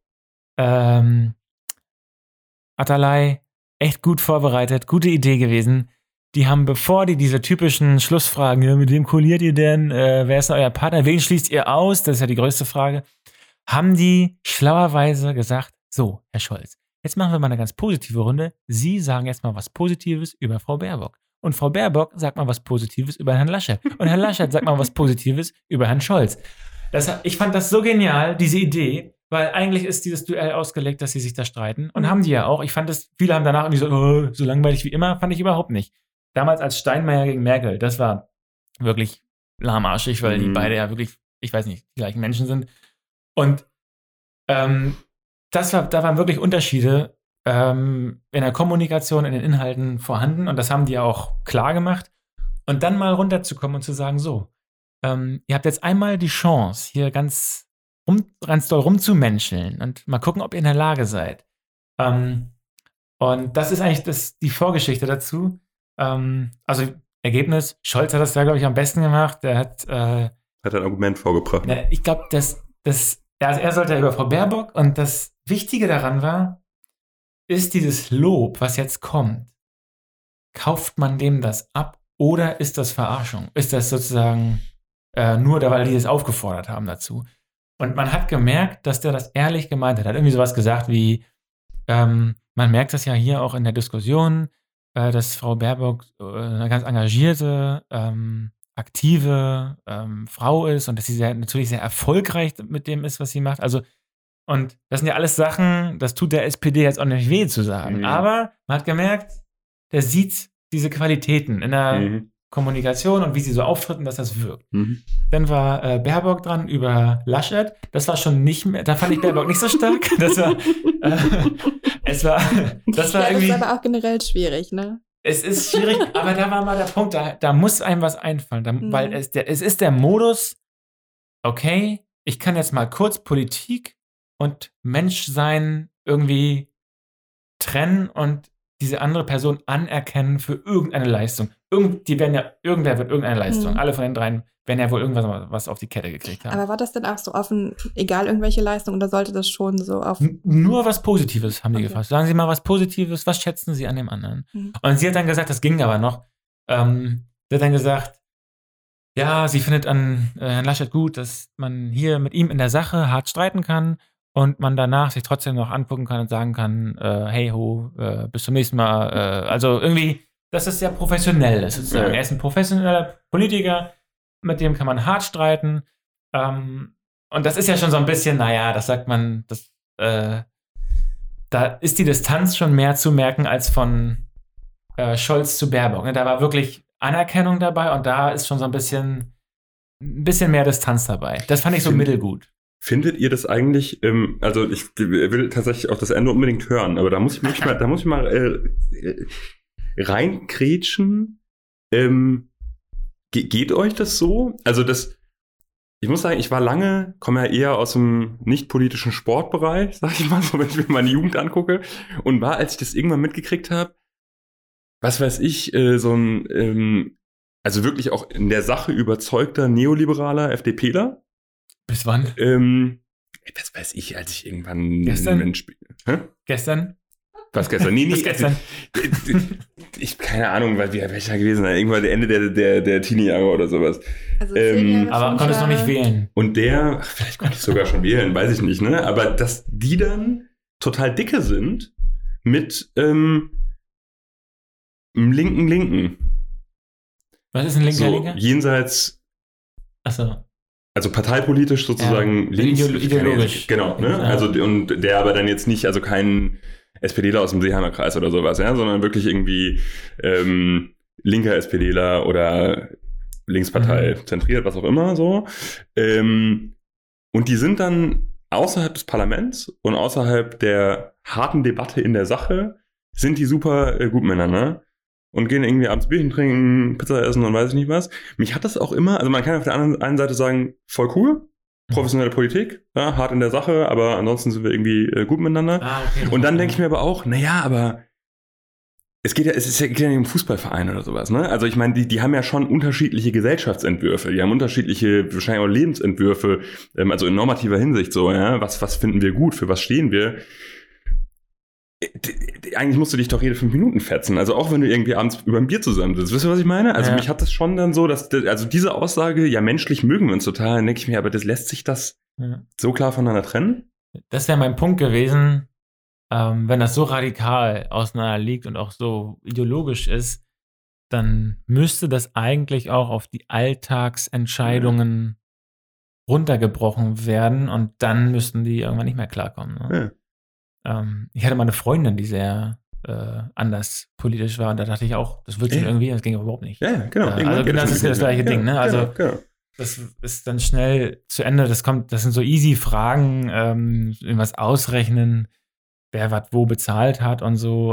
Atalay, echt gut vorbereitet, gute Idee gewesen. Die haben, bevor die diese typischen Schlussfragen, ja, mit wem koaliert ihr denn, wer ist denn euer Partner, wen schließt ihr aus, das ist ja die größte Frage, haben die schlauerweise gesagt, so, Herr Scholz, jetzt machen wir mal eine ganz positive Runde. Sie sagen jetzt mal was Positives über Frau Baerbock. Und Frau Baerbock sagt mal was Positives über Herrn Laschet. Und Herr Laschet sagt mal was Positives über Herrn Scholz. Ich fand das so genial, diese Idee, weil eigentlich ist dieses Duell ausgelegt, dass sie sich da streiten. Und haben die ja auch. Ich fand das, viele haben danach irgendwie so, so langweilig wie immer, fand ich überhaupt nicht. Damals als Steinmeier gegen Merkel, das war wirklich lahmarschig, weil die beide ja wirklich, ich weiß nicht, die gleichen Menschen sind. Und da waren wirklich Unterschiede in der Kommunikation, in den Inhalten vorhanden. Und das haben die ja auch klar gemacht. Und dann mal runterzukommen und zu sagen, so, ihr habt jetzt einmal die Chance, hier ganz doll rumzumenscheln und mal gucken, ob ihr in der Lage seid. Und das ist eigentlich die Vorgeschichte dazu. Also Ergebnis, Scholz hat das da, glaube ich, am besten gemacht. Der hat ein Argument vorgebracht. Ich glaube, er sollte über Frau Baerbock, und das Wichtige daran war, ist dieses Lob, was jetzt kommt, kauft man dem das ab oder ist das Verarschung? Ist das sozusagen nur, weil die es aufgefordert haben dazu? Und man hat gemerkt, dass der das ehrlich gemeint hat. Er hat irgendwie sowas gesagt wie, man merkt das ja hier auch in der Diskussion, dass Frau Baerbock eine ganz engagierte, aktive Frau ist und dass sie natürlich sehr erfolgreich mit dem ist, was sie macht. Also, und das sind ja alles Sachen, das tut der SPD jetzt auch nicht weh zu sagen. Aber man hat gemerkt, der sieht diese Qualitäten in der Kommunikation und wie sie so auftritt und dass das wirkt. Dann war Baerbock dran über Laschet. Das war schon nicht mehr, da fand ich Baerbock nicht so stark. Das war irgendwie. Das ist aber auch generell schwierig, ne? Es ist schwierig, aber da war mal der Punkt, da muss einem was einfallen, weil es ist der Modus, okay, ich kann jetzt mal kurz Politik und Menschsein irgendwie trennen und diese andere Person anerkennen für irgendeine Leistung. Irgendwer wird irgendeine Leistung. Alle von den dreien werden ja wohl irgendwas auf die Kette gekriegt haben. Aber war das denn auch so offen, egal irgendwelche Leistungen, oder sollte das schon so auf... Nur was Positives haben die gefragt. Sagen Sie mal was Positives, was schätzen Sie an dem anderen? Und sie hat dann gesagt, das ging aber noch, sie hat dann gesagt, ja, sie findet an Herrn Laschet gut, dass man hier mit ihm in der Sache hart streiten kann und man danach sich trotzdem noch angucken kann und sagen kann, hey ho, bis zum nächsten Mal. Also irgendwie, dass es sehr professionell ist sozusagen. Er ist ein professioneller Politiker, mit dem kann man hart streiten. Und das ist ja schon so ein bisschen, naja, das sagt man, da ist die Distanz schon mehr zu merken als von Scholz zu Baerbock. Da war wirklich Anerkennung dabei und da ist schon so ein bisschen mehr Distanz dabei. Das fand ich so mittelgut. Findet ihr das eigentlich, also ich will tatsächlich auch das Ende unbedingt hören, aber da muss ich mal reinkrätschen. Geht euch das so? Also ich muss sagen, ich komme ja eher aus dem nicht-politischen Sportbereich, sag ich mal so, wenn ich mir meine Jugend angucke, und war, als ich das irgendwann mitgekriegt habe, was weiß ich, so ein, also wirklich auch in der Sache überzeugter neoliberaler FDPler. Bis wann? was weiß ich, als ich irgendwann Gestern? Hä? Gestern? Was gestern? Nee, Was gestern? Keine Ahnung, welcher gewesen sein. Irgendwann der Ende der Teenie-Jahre oder sowas. Also 10 Jahre, Aber 5 konntest noch nicht Jahre. wählen. Und vielleicht konnte ich sogar schon wählen, weiß ich nicht, ne? Aber dass die dann total dicke sind mit einem linken. Was ist ein linker So, Linker? jenseits, Achso. also parteipolitisch sozusagen Ja, links. ideologisch. Genau, ne? Ja. Also, und der aber dann jetzt nicht, also kein SPDler aus dem Seeheimer Kreis oder sowas, ja, sondern wirklich irgendwie linker SPDler oder Linkspartei zentriert, was auch immer, so. Und die sind dann außerhalb des Parlaments und außerhalb der harten Debatte in der Sache, sind die super Gutmänner, ne? Und gehen irgendwie abends Bierchen trinken, Pizza essen und weiß ich nicht was. Mich hat das auch immer, also man kann auf der einen Seite sagen, voll cool, professionelle Politik, ja, hart in der Sache, aber ansonsten sind wir irgendwie gut miteinander. Okay. Und dann denke ich mir aber auch, naja, aber geht ja nicht um Fußballverein oder sowas, ne? Also ich meine, die haben ja schon unterschiedliche Gesellschaftsentwürfe, die haben unterschiedliche, wahrscheinlich auch Lebensentwürfe, also in normativer Hinsicht so, ja, was finden wir gut, für was stehen wir? Eigentlich musst du dich doch jede 5 Minuten fetzen. Also auch wenn du irgendwie abends über ein Bier zusammen sitzt. Wisst ihr, was ich meine? Also mich hat das schon dann so, dass also diese Aussage, ja, menschlich mögen wir uns total, dann denke ich mir, aber das lässt sich das so klar voneinander trennen? Das wäre mein Punkt gewesen, wenn das so radikal auseinander liegt und auch so ideologisch ist, dann müsste das eigentlich auch auf die Alltagsentscheidungen runtergebrochen werden und dann müssten die irgendwann nicht mehr klarkommen. Ne? Ja. Ich hatte mal eine Freundin, die sehr anders politisch war und da dachte ich auch, das wird schon irgendwie, das ging überhaupt nicht. Ja, genau. Also genau, das ist das gleiche Ding. Ne? Also genau. das ist dann schnell zu Ende. Das sind so easy Fragen, irgendwas ausrechnen, wer was wo bezahlt hat und so.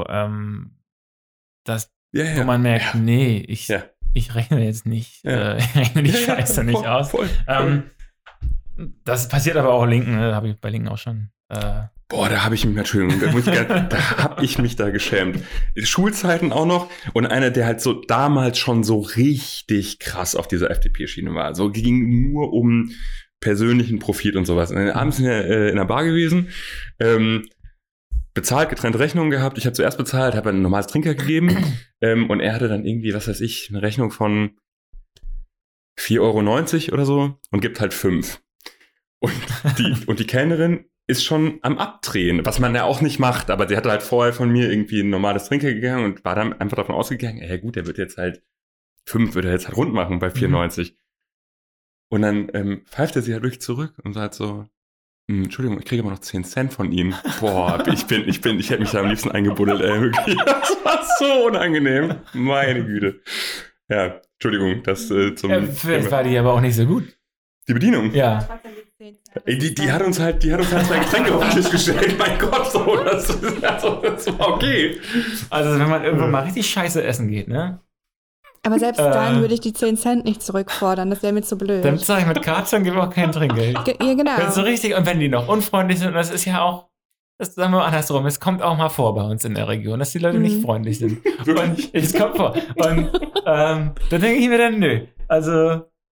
Wo man merkt, nee, ich rechne jetzt nicht, ich rechne die Scheiße nicht aus. Voll. Das passiert aber auch Linken, ne? Habe ich bei Linken auch schon. Boah, da habe ich mich, Entschuldigung, da habe ich mich da geschämt. Schulzeiten auch noch und einer, der halt so damals schon so richtig krass auf dieser FDP-Schiene war. So ging nur um persönlichen Profit und sowas. Abends in der Bar gewesen, bezahlt, getrennte Rechnungen gehabt. Ich habe zuerst bezahlt, habe ein normales Trinkgeld gegeben und er hatte dann irgendwie, was weiß ich, eine Rechnung von 4,90 € oder so und gibt halt 5. Und die Kellnerin ist schon am Abdrehen, was man ja auch nicht macht, aber sie hatte halt vorher von mir irgendwie ein normales Trinkgeld gegangen und war dann einfach davon ausgegangen, ja gut, der wird jetzt halt 5, wird er jetzt halt rund machen bei 4,90. Und dann pfeift er sie halt wirklich zurück und sagt so, Entschuldigung, ich kriege aber noch 10 Cent von Ihnen. Boah, ich hätte mich da am liebsten eingebuddelt, ey, wirklich. Das war so unangenehm. Meine Güte. Ja, Entschuldigung, das vielleicht war die aber auch nicht so gut. Die Bedienung? Ja. Ey, die hat uns halt 2 Getränke auf den Tisch gestellt. Mein Gott, so, das war okay. Also wenn man irgendwann mal richtig scheiße essen geht, ne? Aber selbst dann würde ich die 10 Cent nicht zurückfordern, das wäre mir zu blöd. Dann zahle ich mit Karte und gebe auch kein Trinkgeld. Ja, genau. Wenn so richtig, und wenn die noch unfreundlich sind, und das ist ja auch, das sagen wir mal andersrum, es kommt auch mal vor bei uns in der Region, dass die Leute nicht freundlich sind. Und es kommt vor. Und da denke ich mir dann, nö. Also,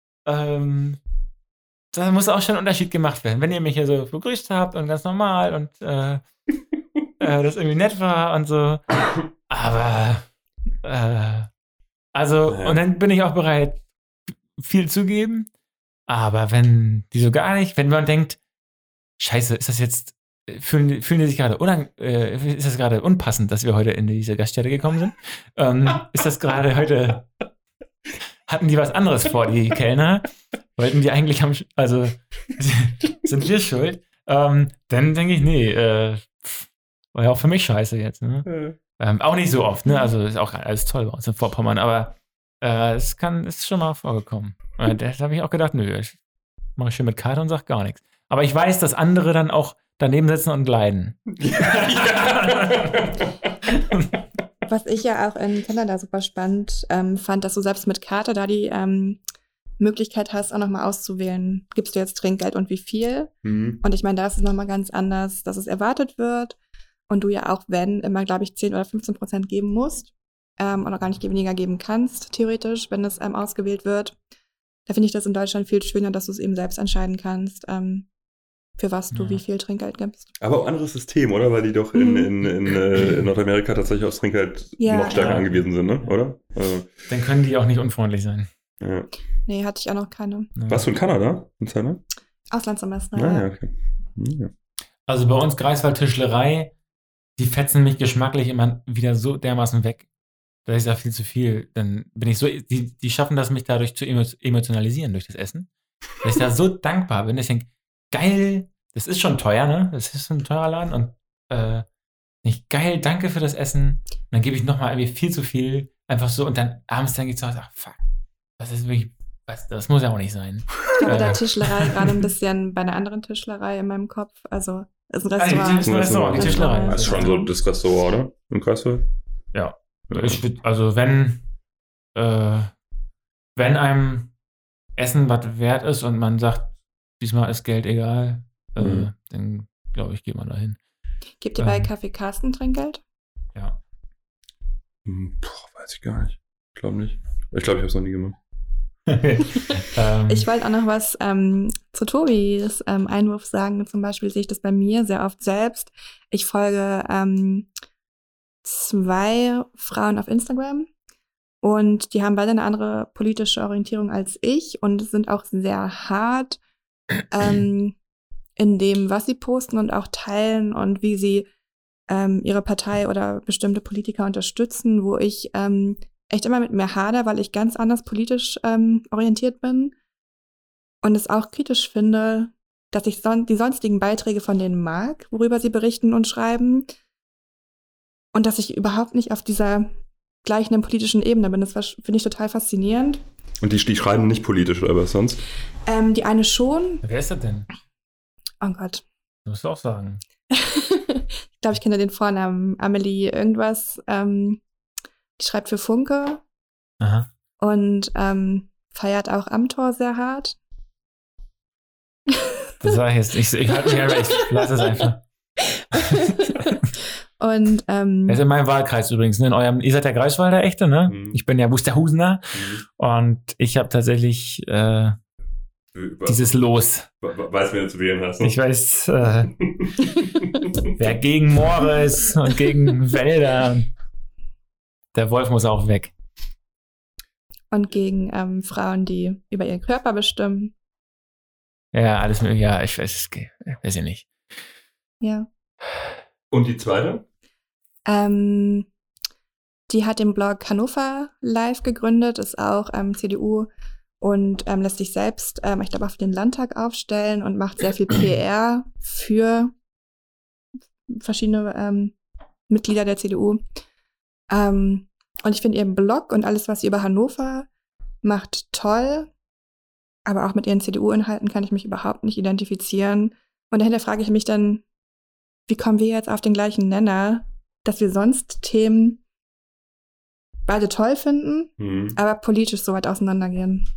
da muss auch schon ein Unterschied gemacht werden. Wenn ihr mich hier so begrüßt habt und ganz normal und das irgendwie nett war und so. Aber, und dann bin ich auch bereit, viel zu geben. Aber wenn die so gar nicht, wenn man denkt, scheiße, ist das jetzt, fühlen die sich gerade ist das gerade unpassend, dass wir heute in diese Gaststätte gekommen sind? Ist das gerade heute, hatten die was anderes vor, die Kellner? Wollten die eigentlich sind wir schuld? Dann denke ich, nee, war ja auch für mich scheiße jetzt, ne? Auch nicht so oft, ne? Also ist auch alles toll bei uns in Vorpommern, aber es ist schon mal vorgekommen. Da habe ich auch gedacht, nö, ich mache schön mit Karte und sag gar nichts. Aber ich weiß, dass andere dann auch daneben sitzen und leiden. Was ich ja auch in Kanada super spannend fand, dass du selbst mit Karte da die Möglichkeit hast, auch nochmal auszuwählen, gibst du jetzt Trinkgeld und wie viel? Und ich meine, da ist es nochmal ganz anders, dass es erwartet wird und du ja auch, wenn, immer, glaube ich, 10 oder 15% geben musst und auch gar nicht weniger geben kannst, theoretisch, wenn es ausgewählt wird. Da finde ich das in Deutschland viel schöner, dass du es eben selbst entscheiden kannst. für was du Ja. wie viel Trinkgeld gibst. Aber auch anderes System, oder? Weil die doch in Nordamerika tatsächlich aufs Trinkgeld Ja, noch stärker ja. angewiesen sind, ne? Oder? Also, Dann können die auch nicht unfreundlich sein. ja. Nee, hatte ich auch noch keine. Ja. Warst du in Kanada? In Thailand? Auslandssemester. Ja, okay. Ja. Also bei uns Greifswald Tischlerei, die fetzen mich geschmacklich immer wieder so dermaßen weg, dass ich sage, viel zu viel. Dann bin ich so, die schaffen das, mich dadurch zu emotionalisieren durch das Essen. Dass ich da so dankbar bin, dass ich denke, geil, das ist schon teuer, ne? Das ist ein teurer Laden und nicht geil, danke für das Essen. Und dann gebe ich nochmal irgendwie viel zu viel, einfach so und dann abends dann geht's raus, ach fuck, das ist wirklich, das muss ja auch nicht sein. Ich bin bei der Tischlerei gerade ein bisschen bei einer anderen Tischlerei in meinem Kopf. Also ist ein Restaurant. Die Restaurant, die Tischlerei. Das ist schon so das Restaurant, oder? Im Greifswald? Ja. Also wenn einem Essen was wert ist und man sagt, diesmal ist Geld egal, dann glaube ich, geht man dahin. Gibt ihr bei Kaffee Carsten Trinkgeld? Ja. Weiß ich gar nicht. Ich glaube nicht. Ich glaube, ich habe es noch nie gemacht. Ich wollte auch noch was zu Tobis Einwurf sagen. Zum Beispiel sehe ich das bei mir sehr oft selbst. Ich folge 2 Frauen auf Instagram und die haben beide eine andere politische Orientierung als ich und sind auch sehr hart in dem, was sie posten und auch teilen und wie sie ihre Partei oder bestimmte Politiker unterstützen, wo ich echt immer mit mir hader, weil ich ganz anders politisch orientiert bin und es auch kritisch finde, dass ich die sonstigen Beiträge von denen mag, worüber sie berichten und schreiben und dass ich überhaupt nicht auf dieser gleichen politischen Ebene bin. Das finde ich total faszinierend. Und die schreiben nicht politisch oder was sonst? Die eine schon. Wer ist das denn? Oh Gott. Das musst du auch sagen. Ich glaube, ich kenne den Vornamen. Amelie irgendwas. Die schreibt für Funke. Aha. Und feiert auch Amtor sehr hart. Das sage ich jetzt nicht. Ich halte mich einfach, ich lasse es einfach. Und Er ist in meinem Wahlkreis übrigens, ne? Ihr seid der Greifswalder Echte, ne? Mhm. Ich bin ja Wusterhusener und ich habe tatsächlich dieses Los. Weiß, wer du zu wählen hast. Ne? Ich weiß, wer gegen Moore ist und gegen Wälder. Der Wolf muss auch weg. Und gegen Frauen, die über ihren Körper bestimmen. Ja, alles mögliche. Ja, ich weiß ja nicht. Ja. Und die zweite? Die hat den Blog Hannover Live gegründet, ist auch CDU und lässt sich selbst, ich glaube, auch für den Landtag aufstellen und macht sehr viel PR für verschiedene Mitglieder der CDU. Und ich finde ihren Blog und alles, was sie über Hannover macht, toll. Aber auch mit ihren CDU-Inhalten kann ich mich überhaupt nicht identifizieren. Und dahinter frage ich mich dann, wie kommen wir jetzt auf den gleichen Nenner, dass wir sonst Themen beide toll finden, aber politisch so weit auseinandergehen?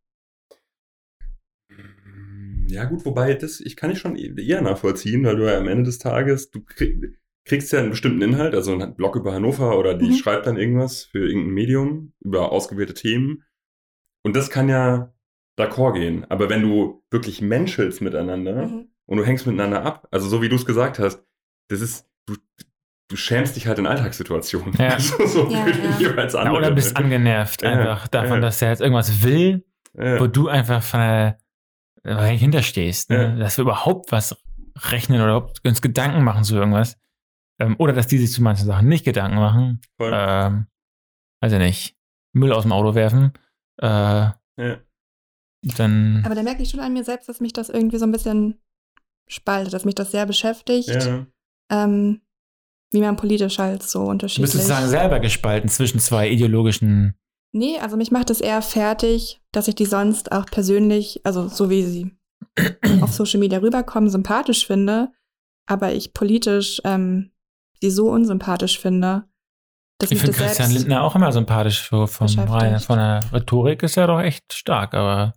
Ja gut, wobei ich kann ich schon eher nachvollziehen, weil du ja am Ende des Tages, du kriegst ja einen bestimmten Inhalt, also einen Blog über Hannover oder die schreibt dann irgendwas für irgendein Medium über ausgewählte Themen und das kann ja d'accord gehen, aber wenn du wirklich menschelst miteinander und du hängst miteinander ab, also so wie du es gesagt hast, das ist, du schämst dich halt in Alltagssituationen. Ja. so für die jeweils andere. Oder bist angenervt einfach davon, dass er jetzt irgendwas will, wo du einfach hinterstehst, ne? Dass wir überhaupt was rechnen oder überhaupt uns Gedanken machen zu irgendwas. Oder dass die sich zu manchen Sachen nicht Gedanken machen. Weiß ich nicht. Müll aus dem Auto werfen. Dann. Aber da merke ich schon an mir selbst, dass mich das irgendwie so ein bisschen spaltet, dass mich das sehr beschäftigt. Ja. Wie man politisch halt so unterschiedlich... Du bist sozusagen selber gespalten zwischen zwei ideologischen... Nee, also mich macht es eher fertig, dass ich die sonst auch persönlich, also so wie sie auf Social Media rüberkommen, sympathisch finde, aber ich politisch sie so unsympathisch finde, dass ich finde Christian Lindner auch immer sympathisch. Von der Rhetorik ist er doch echt stark, aber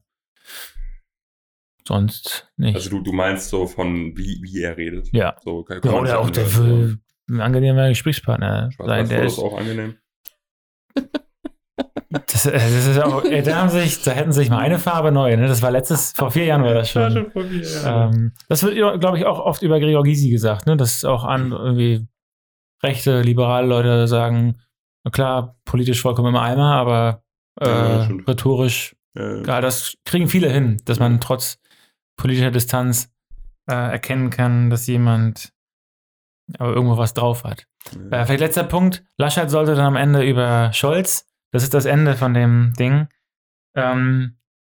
sonst nicht. Also du meinst so von wie er redet? Ja. So, ja oder auch der ein angenehmer Gesprächspartner sein. Der ist auch angenehm. Das ist auch, da hätten sie sich mal eine Farbe neu, ne? Das war vor 4 Jahren war das schon. Das wird, glaube ich, auch oft über Gregor Gysi gesagt, ne? Dass auch irgendwie rechte, liberale Leute sagen, na klar, politisch vollkommen im Eimer, aber rhetorisch, ja, das kriegen viele hin, dass man trotz politischer Distanz erkennen kann, dass jemand aber irgendwo was drauf hat. Vielleicht letzter Punkt, Laschet sollte dann am Ende über Scholz, das ist das Ende von dem Ding. Da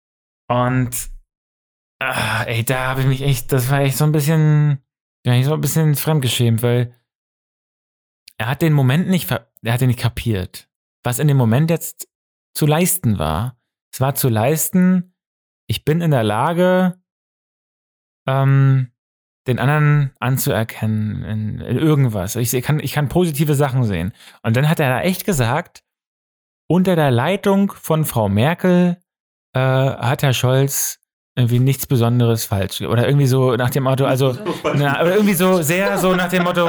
habe ich mich echt, das war echt so ein bisschen fremdgeschämt, weil er hat den Moment nicht kapiert, was in dem Moment jetzt zu leisten war. Es war zu leisten, ich bin in der Lage, den anderen anzuerkennen in irgendwas. Ich kann positive Sachen sehen. Und dann hat er da echt gesagt, unter der Leitung von Frau Merkel hat Herr Scholz irgendwie nichts Besonderes falsch. Oder irgendwie so nach dem Motto, oder irgendwie so sehr so nach dem Motto,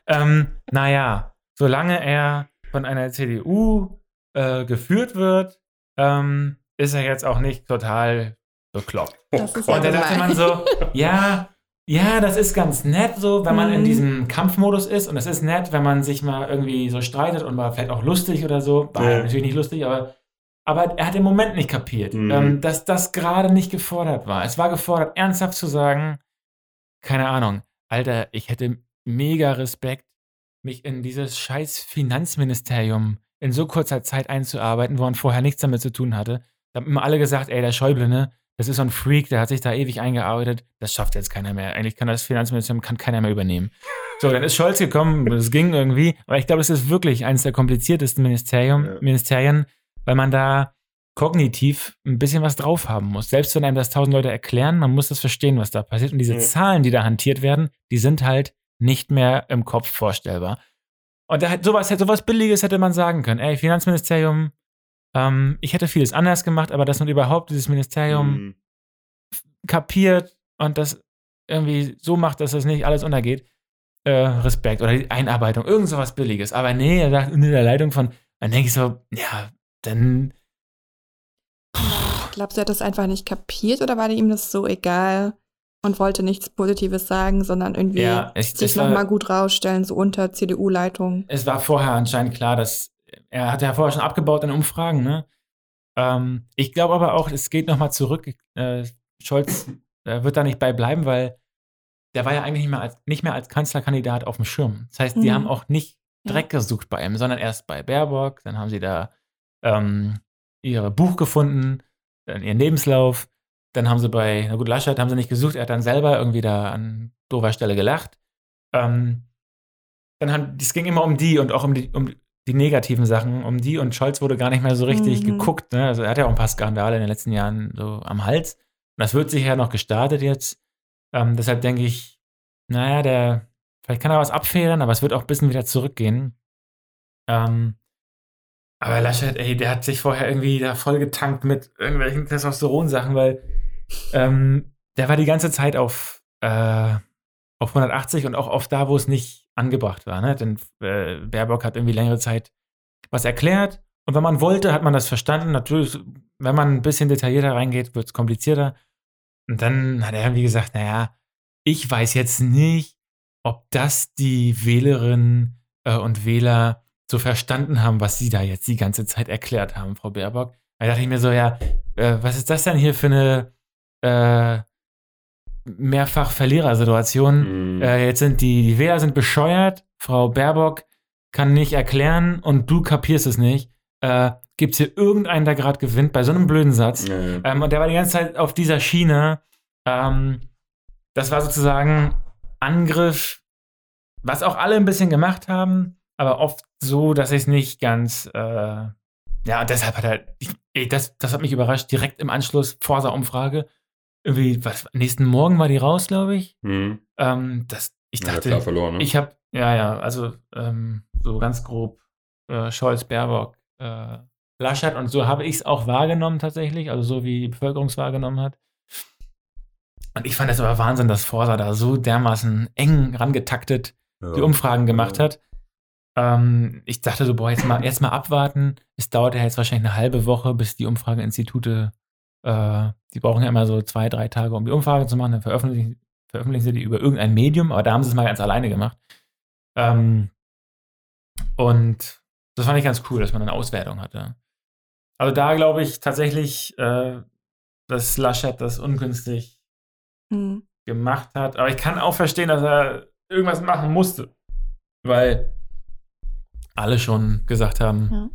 solange er von einer CDU geführt wird, ist er jetzt auch nicht total bekloppt. Und da dachte man so, ja, das ist ganz nett so, wenn man in diesem Kampfmodus ist, und das ist nett, wenn man sich mal irgendwie so streitet und mal vielleicht auch lustig oder so. War natürlich nicht lustig, aber er hat im Moment nicht kapiert, dass das gerade nicht gefordert war. Es war gefordert, ernsthaft zu sagen, keine Ahnung, Alter, ich hätte mega Respekt, mich in dieses scheiß Finanzministerium in so kurzer Zeit einzuarbeiten, wo man vorher nichts damit zu tun hatte. Da haben immer alle gesagt, ey, der Schäuble, ne? Das ist so ein Freak, der hat sich da ewig eingearbeitet. Das schafft jetzt keiner mehr. Eigentlich kann das Finanzministerium keiner mehr übernehmen. So, dann ist Scholz gekommen, das ging irgendwie. Aber ich glaube, es ist wirklich eines der kompliziertesten Ministerien, weil man da kognitiv ein bisschen was drauf haben muss. Selbst wenn einem das 1000 Leute erklären, man muss das verstehen, was da passiert. Und diese Zahlen, die da hantiert werden, die sind halt nicht mehr im Kopf vorstellbar. Und da sowas Billiges hätte man sagen können. Ey, Finanzministerium, ich hätte vieles anders gemacht, aber dass man überhaupt dieses Ministerium kapiert und das irgendwie so macht, dass das nicht alles untergeht, Respekt. Oder die Einarbeitung, irgend sowas Billiges. Aber nee, er sagt, unter der Leitung von, dann denke ich so, ja, dann... Glaubst du, er hat das einfach nicht kapiert oder war ihm das so egal und wollte nichts Positives sagen, sondern irgendwie sich nochmal gut rausstellen, so unter CDU-Leitung? Es war vorher anscheinend klar, dass er hat ja vorher schon abgebaut in Umfragen, ne? Ich glaube aber auch, es geht nochmal zurück. Scholz wird da nicht bei bleiben, weil der war ja eigentlich nicht mehr als Kanzlerkandidat auf dem Schirm. Das heißt, die haben auch nicht Dreck gesucht bei ihm, sondern erst bei Baerbock. Dann haben sie da ihr Buch gefunden, ihren Lebenslauf. Dann haben sie bei, Laschet haben sie nicht gesucht. Er hat dann selber irgendwie da an doofer Stelle gelacht. Es ging immer um die und auch um die negativen Sachen, um die, und Scholz wurde gar nicht mehr so richtig geguckt. Ne? Also er hat ja auch ein paar Skandale in den letzten Jahren so am Hals. Und das wird sicher noch gestartet jetzt. Deshalb denke ich, vielleicht kann er was abfedern, aber es wird auch ein bisschen wieder zurückgehen. Aber Laschet, ey, der hat sich vorher irgendwie da voll getankt mit irgendwelchen Testosteron-Sachen, weil der war die ganze Zeit auf 180 und auch oft da, wo es nicht angebracht war. Ne? Denn Baerbock hat irgendwie längere Zeit was erklärt, und wenn man wollte, hat man das verstanden. Natürlich, wenn man ein bisschen detaillierter reingeht, wird es komplizierter. Und dann hat er irgendwie gesagt, ich weiß jetzt nicht, ob das die Wählerinnen und Wähler so verstanden haben, was sie da jetzt die ganze Zeit erklärt haben, Frau Baerbock. Da dachte ich mir so, was ist das denn hier für eine Mehrfach-Verlierer-Situation? Jetzt sind die Wähler sind bescheuert, Frau Baerbock kann nicht erklären und du kapierst es nicht. Gibt es hier irgendeinen, der gerade gewinnt bei so einem blöden Satz? Und der war die ganze Zeit auf dieser Schiene. Das war sozusagen Angriff, was auch alle ein bisschen gemacht haben, aber oft so, dass ich es nicht ganz deshalb hat er, das hat mich überrascht, direkt im Anschluss Forsa-Umfrage, irgendwie, nächsten Morgen war die raus, glaube ich. Ich dachte, klar verloren, ne? Ich habe, also so ganz grob Scholz, Baerbock, Laschet, und so habe ich es auch wahrgenommen tatsächlich, also so wie die Bevölkerung es wahrgenommen hat. Und ich fand das aber Wahnsinn, dass Forsa da so dermaßen eng rangetaktet die Umfragen gemacht hat. Ich dachte so, boah, jetzt mal abwarten. Es dauert ja jetzt wahrscheinlich eine halbe Woche, bis die Umfrageinstitute, die brauchen ja immer so 2-3 Tage, um die Umfrage zu machen. Dann veröffentlichen sie die über irgendein Medium, aber da haben sie es mal ganz alleine gemacht. Und das fand ich ganz cool, dass man eine Auswertung hatte. Also da glaube ich tatsächlich, dass Laschet das ungünstig gemacht hat. Aber ich kann auch verstehen, dass er irgendwas machen musste. Weil alle schon gesagt haben,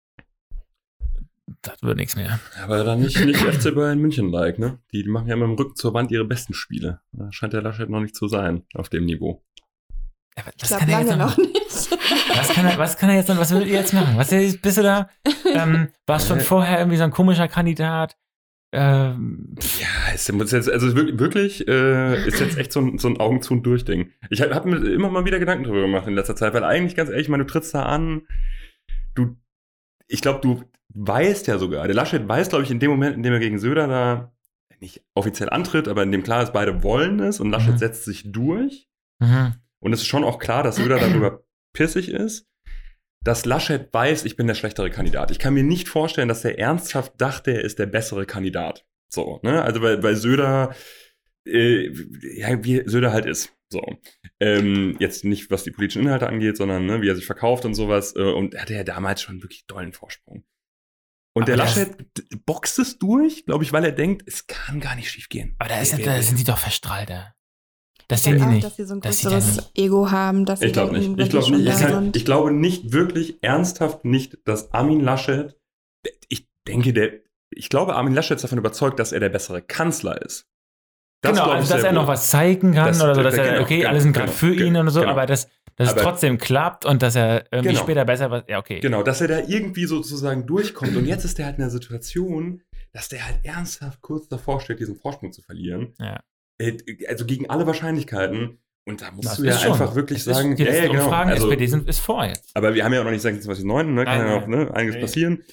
das wird nichts mehr. Aber dann nicht FC Bayern München-like, ne? Die machen ja immer im Rücken zur Wand ihre besten Spiele. Da scheint der Laschet noch nicht zu sein auf dem Niveau. Ja, ich glaube lange noch nicht. Was kann er jetzt noch, was will ihr jetzt machen? Bist du da? Warst schon vorher irgendwie so ein komischer Kandidat? Ja, ist jetzt, also wirklich ist jetzt echt so ein Augen zu und durch Ding. Ich hab mir immer mal wieder Gedanken drüber gemacht in letzter Zeit, weil eigentlich, ganz ehrlich, ich meine, du trittst da an, ich glaube, du weißt ja sogar, der Laschet weiß, glaube ich, in dem Moment, in dem er gegen Söder da nicht offiziell antritt, aber in dem klar ist, beide wollen es und Laschet setzt sich durch. Und es ist schon auch klar, dass Söder darüber pissig ist, dass Laschet weiß, ich bin der schlechtere Kandidat. Ich kann mir nicht vorstellen, dass er ernsthaft dachte, er ist der bessere Kandidat. So, ne? Also weil Söder, wie Söder halt ist. So. Jetzt nicht, was die politischen Inhalte angeht, sondern ne, wie er sich verkauft und sowas. Und er hatte ja damals schon wirklich dollen Vorsprung. Und der Laschet boxt es durch, glaube ich, weil er denkt, es kann gar nicht schief gehen. Aber da sind die doch verstrahlt, da. Das sehen die nicht. Dass sie so ein größeres Ego haben, dass sie ich glaube nicht. Ich glaube nicht wirklich ernsthaft nicht, dass Armin Laschet, ich glaube, Armin Laschet ist davon überzeugt, dass er der bessere Kanzler ist. Das genau, also dass er noch was zeigen kann oder so, dass er, okay, alle sind gerade für ihn und so, aber dass es trotzdem klappt und dass er irgendwie später besser was, ja, okay. Genau, dass er da irgendwie sozusagen durchkommt und jetzt ist er halt in der Situation, dass der halt ernsthaft kurz davor steht, diesen Vorsprung zu verlieren. Ja. Also gegen alle Wahrscheinlichkeiten. Und da musst du ja einfach wirklich sagen, die letzten Umfragen, also, SPD ist vor jetzt. Aber wir haben ja auch noch nicht 26,9, ne? Kann ja noch einiges passieren.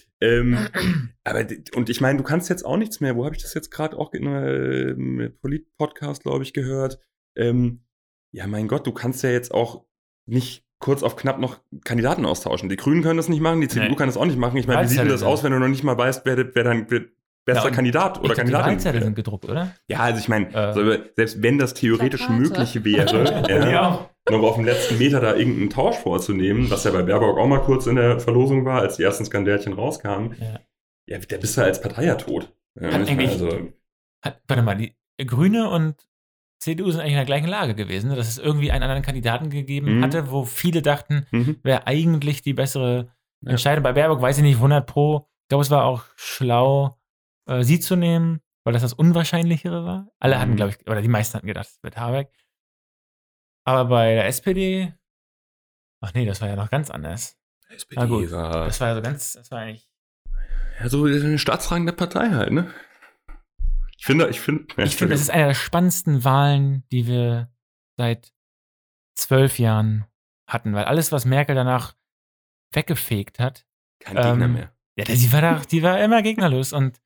Und ich meine, du kannst jetzt auch nichts mehr. Wo habe ich das jetzt gerade auch in einem Polit-Podcast, glaube ich, gehört? Ja, mein Gott, du kannst ja jetzt auch nicht kurz auf knapp noch Kandidaten austauschen. Die Grünen können das nicht machen, die CDU kann das auch nicht machen. Ich meine, wie sieht denn das aus, wenn du noch nicht mal weißt, wer dann bester Kandidat oder Kandidatin. Die Wahlzettel sind gedruckt, oder? Ja, also ich meine, selbst wenn das theoretisch möglich wäre, noch auf dem letzten Meter da irgendeinen Tausch vorzunehmen, was ja bei Baerbock auch mal kurz in der Verlosung war, als die ersten Skandälchen rauskamen, ja der bist du als Partei ja tot. Warte mal, die Grüne und CDU sind eigentlich in der gleichen Lage gewesen, dass es irgendwie einen anderen Kandidaten gegeben hatte, wo viele dachten, wäre eigentlich die bessere Entscheidung. Bei Baerbock weiß ich nicht, 100 Pro. Ich glaube, es war auch schlau, sie zu nehmen, weil das Unwahrscheinlichere war. Alle hatten, glaube ich, oder die meisten hatten gedacht, es wird Habeck. Aber bei der SPD, ach nee, das war ja noch ganz anders. SPD gut, das war ja so das war eigentlich. Ja, so eine staatsragende Partei halt, ne? Ich finde, das ist eine der spannendsten Wahlen, die wir seit 12 Jahren hatten, weil alles, was Merkel danach weggefegt hat. Kein Gegner mehr. Ja, die war immer gegnerlos und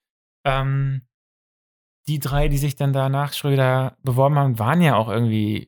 die drei, die sich dann da nach Schröder beworben haben, waren ja auch irgendwie.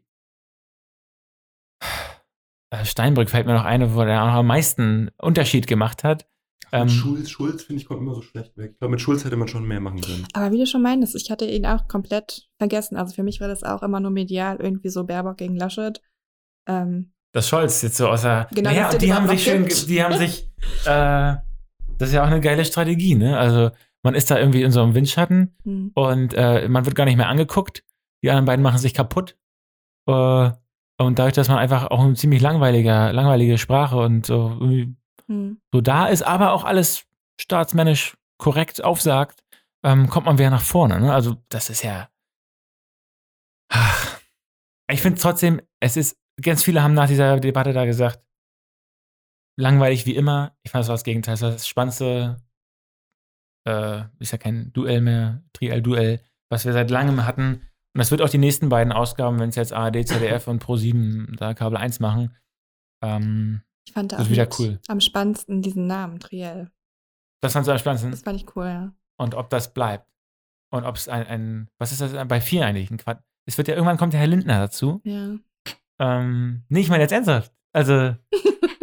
Steinbrück fällt mir noch eine, wo er auch am meisten Unterschied gemacht hat. Schulz, finde ich, kommt immer so schlecht weg. Ich glaube, mit Schulz hätte man schon mehr machen können. Aber wie du schon meintest, ich hatte ihn auch komplett vergessen. Also für mich war das auch immer nur medial, irgendwie so Baerbock gegen Laschet. Das Scholz jetzt so außer. Genau, naja, und die haben sich, das ist ja auch eine geile Strategie, ne? Also man ist da irgendwie in so einem Windschatten und man wird gar nicht mehr angeguckt. Die anderen beiden machen sich kaputt. Und dadurch, dass man einfach auch eine ziemlich langweilige Sprache und so irgendwie so da ist, aber auch alles staatsmännisch korrekt aufsagt, kommt man wieder nach vorne. Ne? Also das ist ja. Ich finde trotzdem, ganz viele haben nach dieser Debatte da gesagt, langweilig wie immer. Ich fand, das war das Gegenteil. Das war das spannendste, ist ja kein Duell mehr, Triell-Duell, was wir seit langem hatten. Und das wird auch die nächsten beiden Ausgaben, wenn es jetzt ARD, ZDF und Pro7 da Kabel 1 machen. Ich fand das wieder cool. Am spannendsten diesen Namen, Triell. Das fandst du am spannendsten? Das fand ich cool, ja. Und ob das bleibt. Und ob es was ist das bei 4 eigentlich? Es wird ja irgendwann kommt der Herr Lindner dazu. Ja. Nee, ich meine jetzt ernsthaft. Also,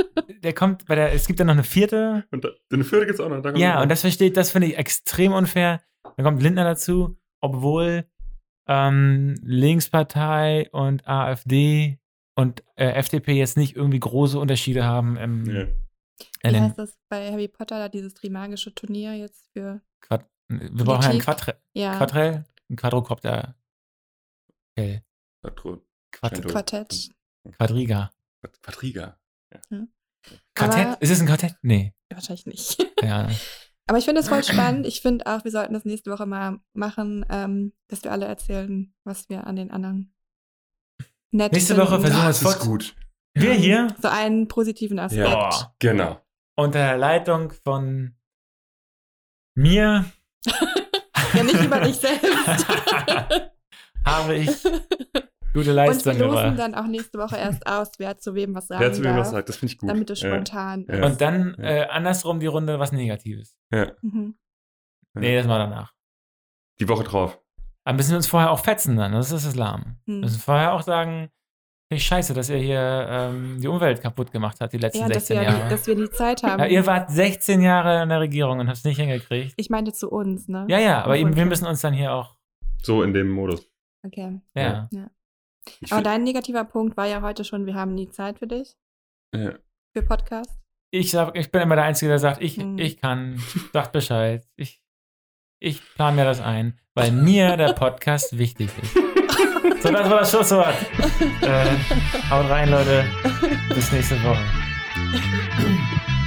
der kommt es gibt dann noch eine 4. Und den 4. gibt's auch noch. Ja, und das finde ich extrem unfair. Dann kommt Lindner dazu, obwohl Linkspartei und AfD und FDP jetzt nicht irgendwie große Unterschiede haben im Wie heißt das bei Harry Potter, da dieses Trimagische Turnier jetzt für wir brauchen ja einen Ja. Quadrell, ein Quadrocopter. Okay. Quartett. Quadriga. Quadriga. Ja. Quartett? Aber- Ist es ein Quartett? Nee. Wahrscheinlich nicht. Ja. Aber ich finde es voll spannend. Ich finde auch, wir sollten das nächste Woche mal machen, dass wir alle erzählen, was wir an den anderen nett Nächste finden. Woche versuchen wir Das es ist gut. Wir hier So einen positiven Aspekt. Ja. Genau. unter der Leitung von mir Ja, nicht über dich selbst. habe ich gute Und Leistung wir losen gebracht. dann auch nächste Woche erst aus, wer zu wem was sagen Wer zu wem darf, was sagt, das finde ich gut. damit es spontan Ja. ist. Und dann andersrum die Runde was Negatives. Ja. Mhm. Nee, das war danach. Die Woche drauf. Aber müssen wir uns vorher auch fetzen dann, das ist Islam. Wir müssen vorher auch sagen, finde ich scheiße, dass ihr hier die Umwelt kaputt gemacht habt, die letzten Ja, 16 Jahre. dass wir die Zeit haben. Ja, ihr wart 16 Jahre in der Regierung und habt es nicht hingekriegt. Ich meinte zu uns, ne? Ja, aber eben, wir Okay. müssen uns dann hier auch, So in dem Modus. Okay. ja. Ich Aber find- dein negativer Punkt war ja heute schon, wir haben nie Zeit für dich, ja. für Podcast. Ich bin immer der Einzige, der sagt, ich kann, sagt Bescheid. Ich plane mir das ein, weil mir der Podcast wichtig ist. So, das war das Schlusswort. Haut rein, Leute. Bis nächste Woche.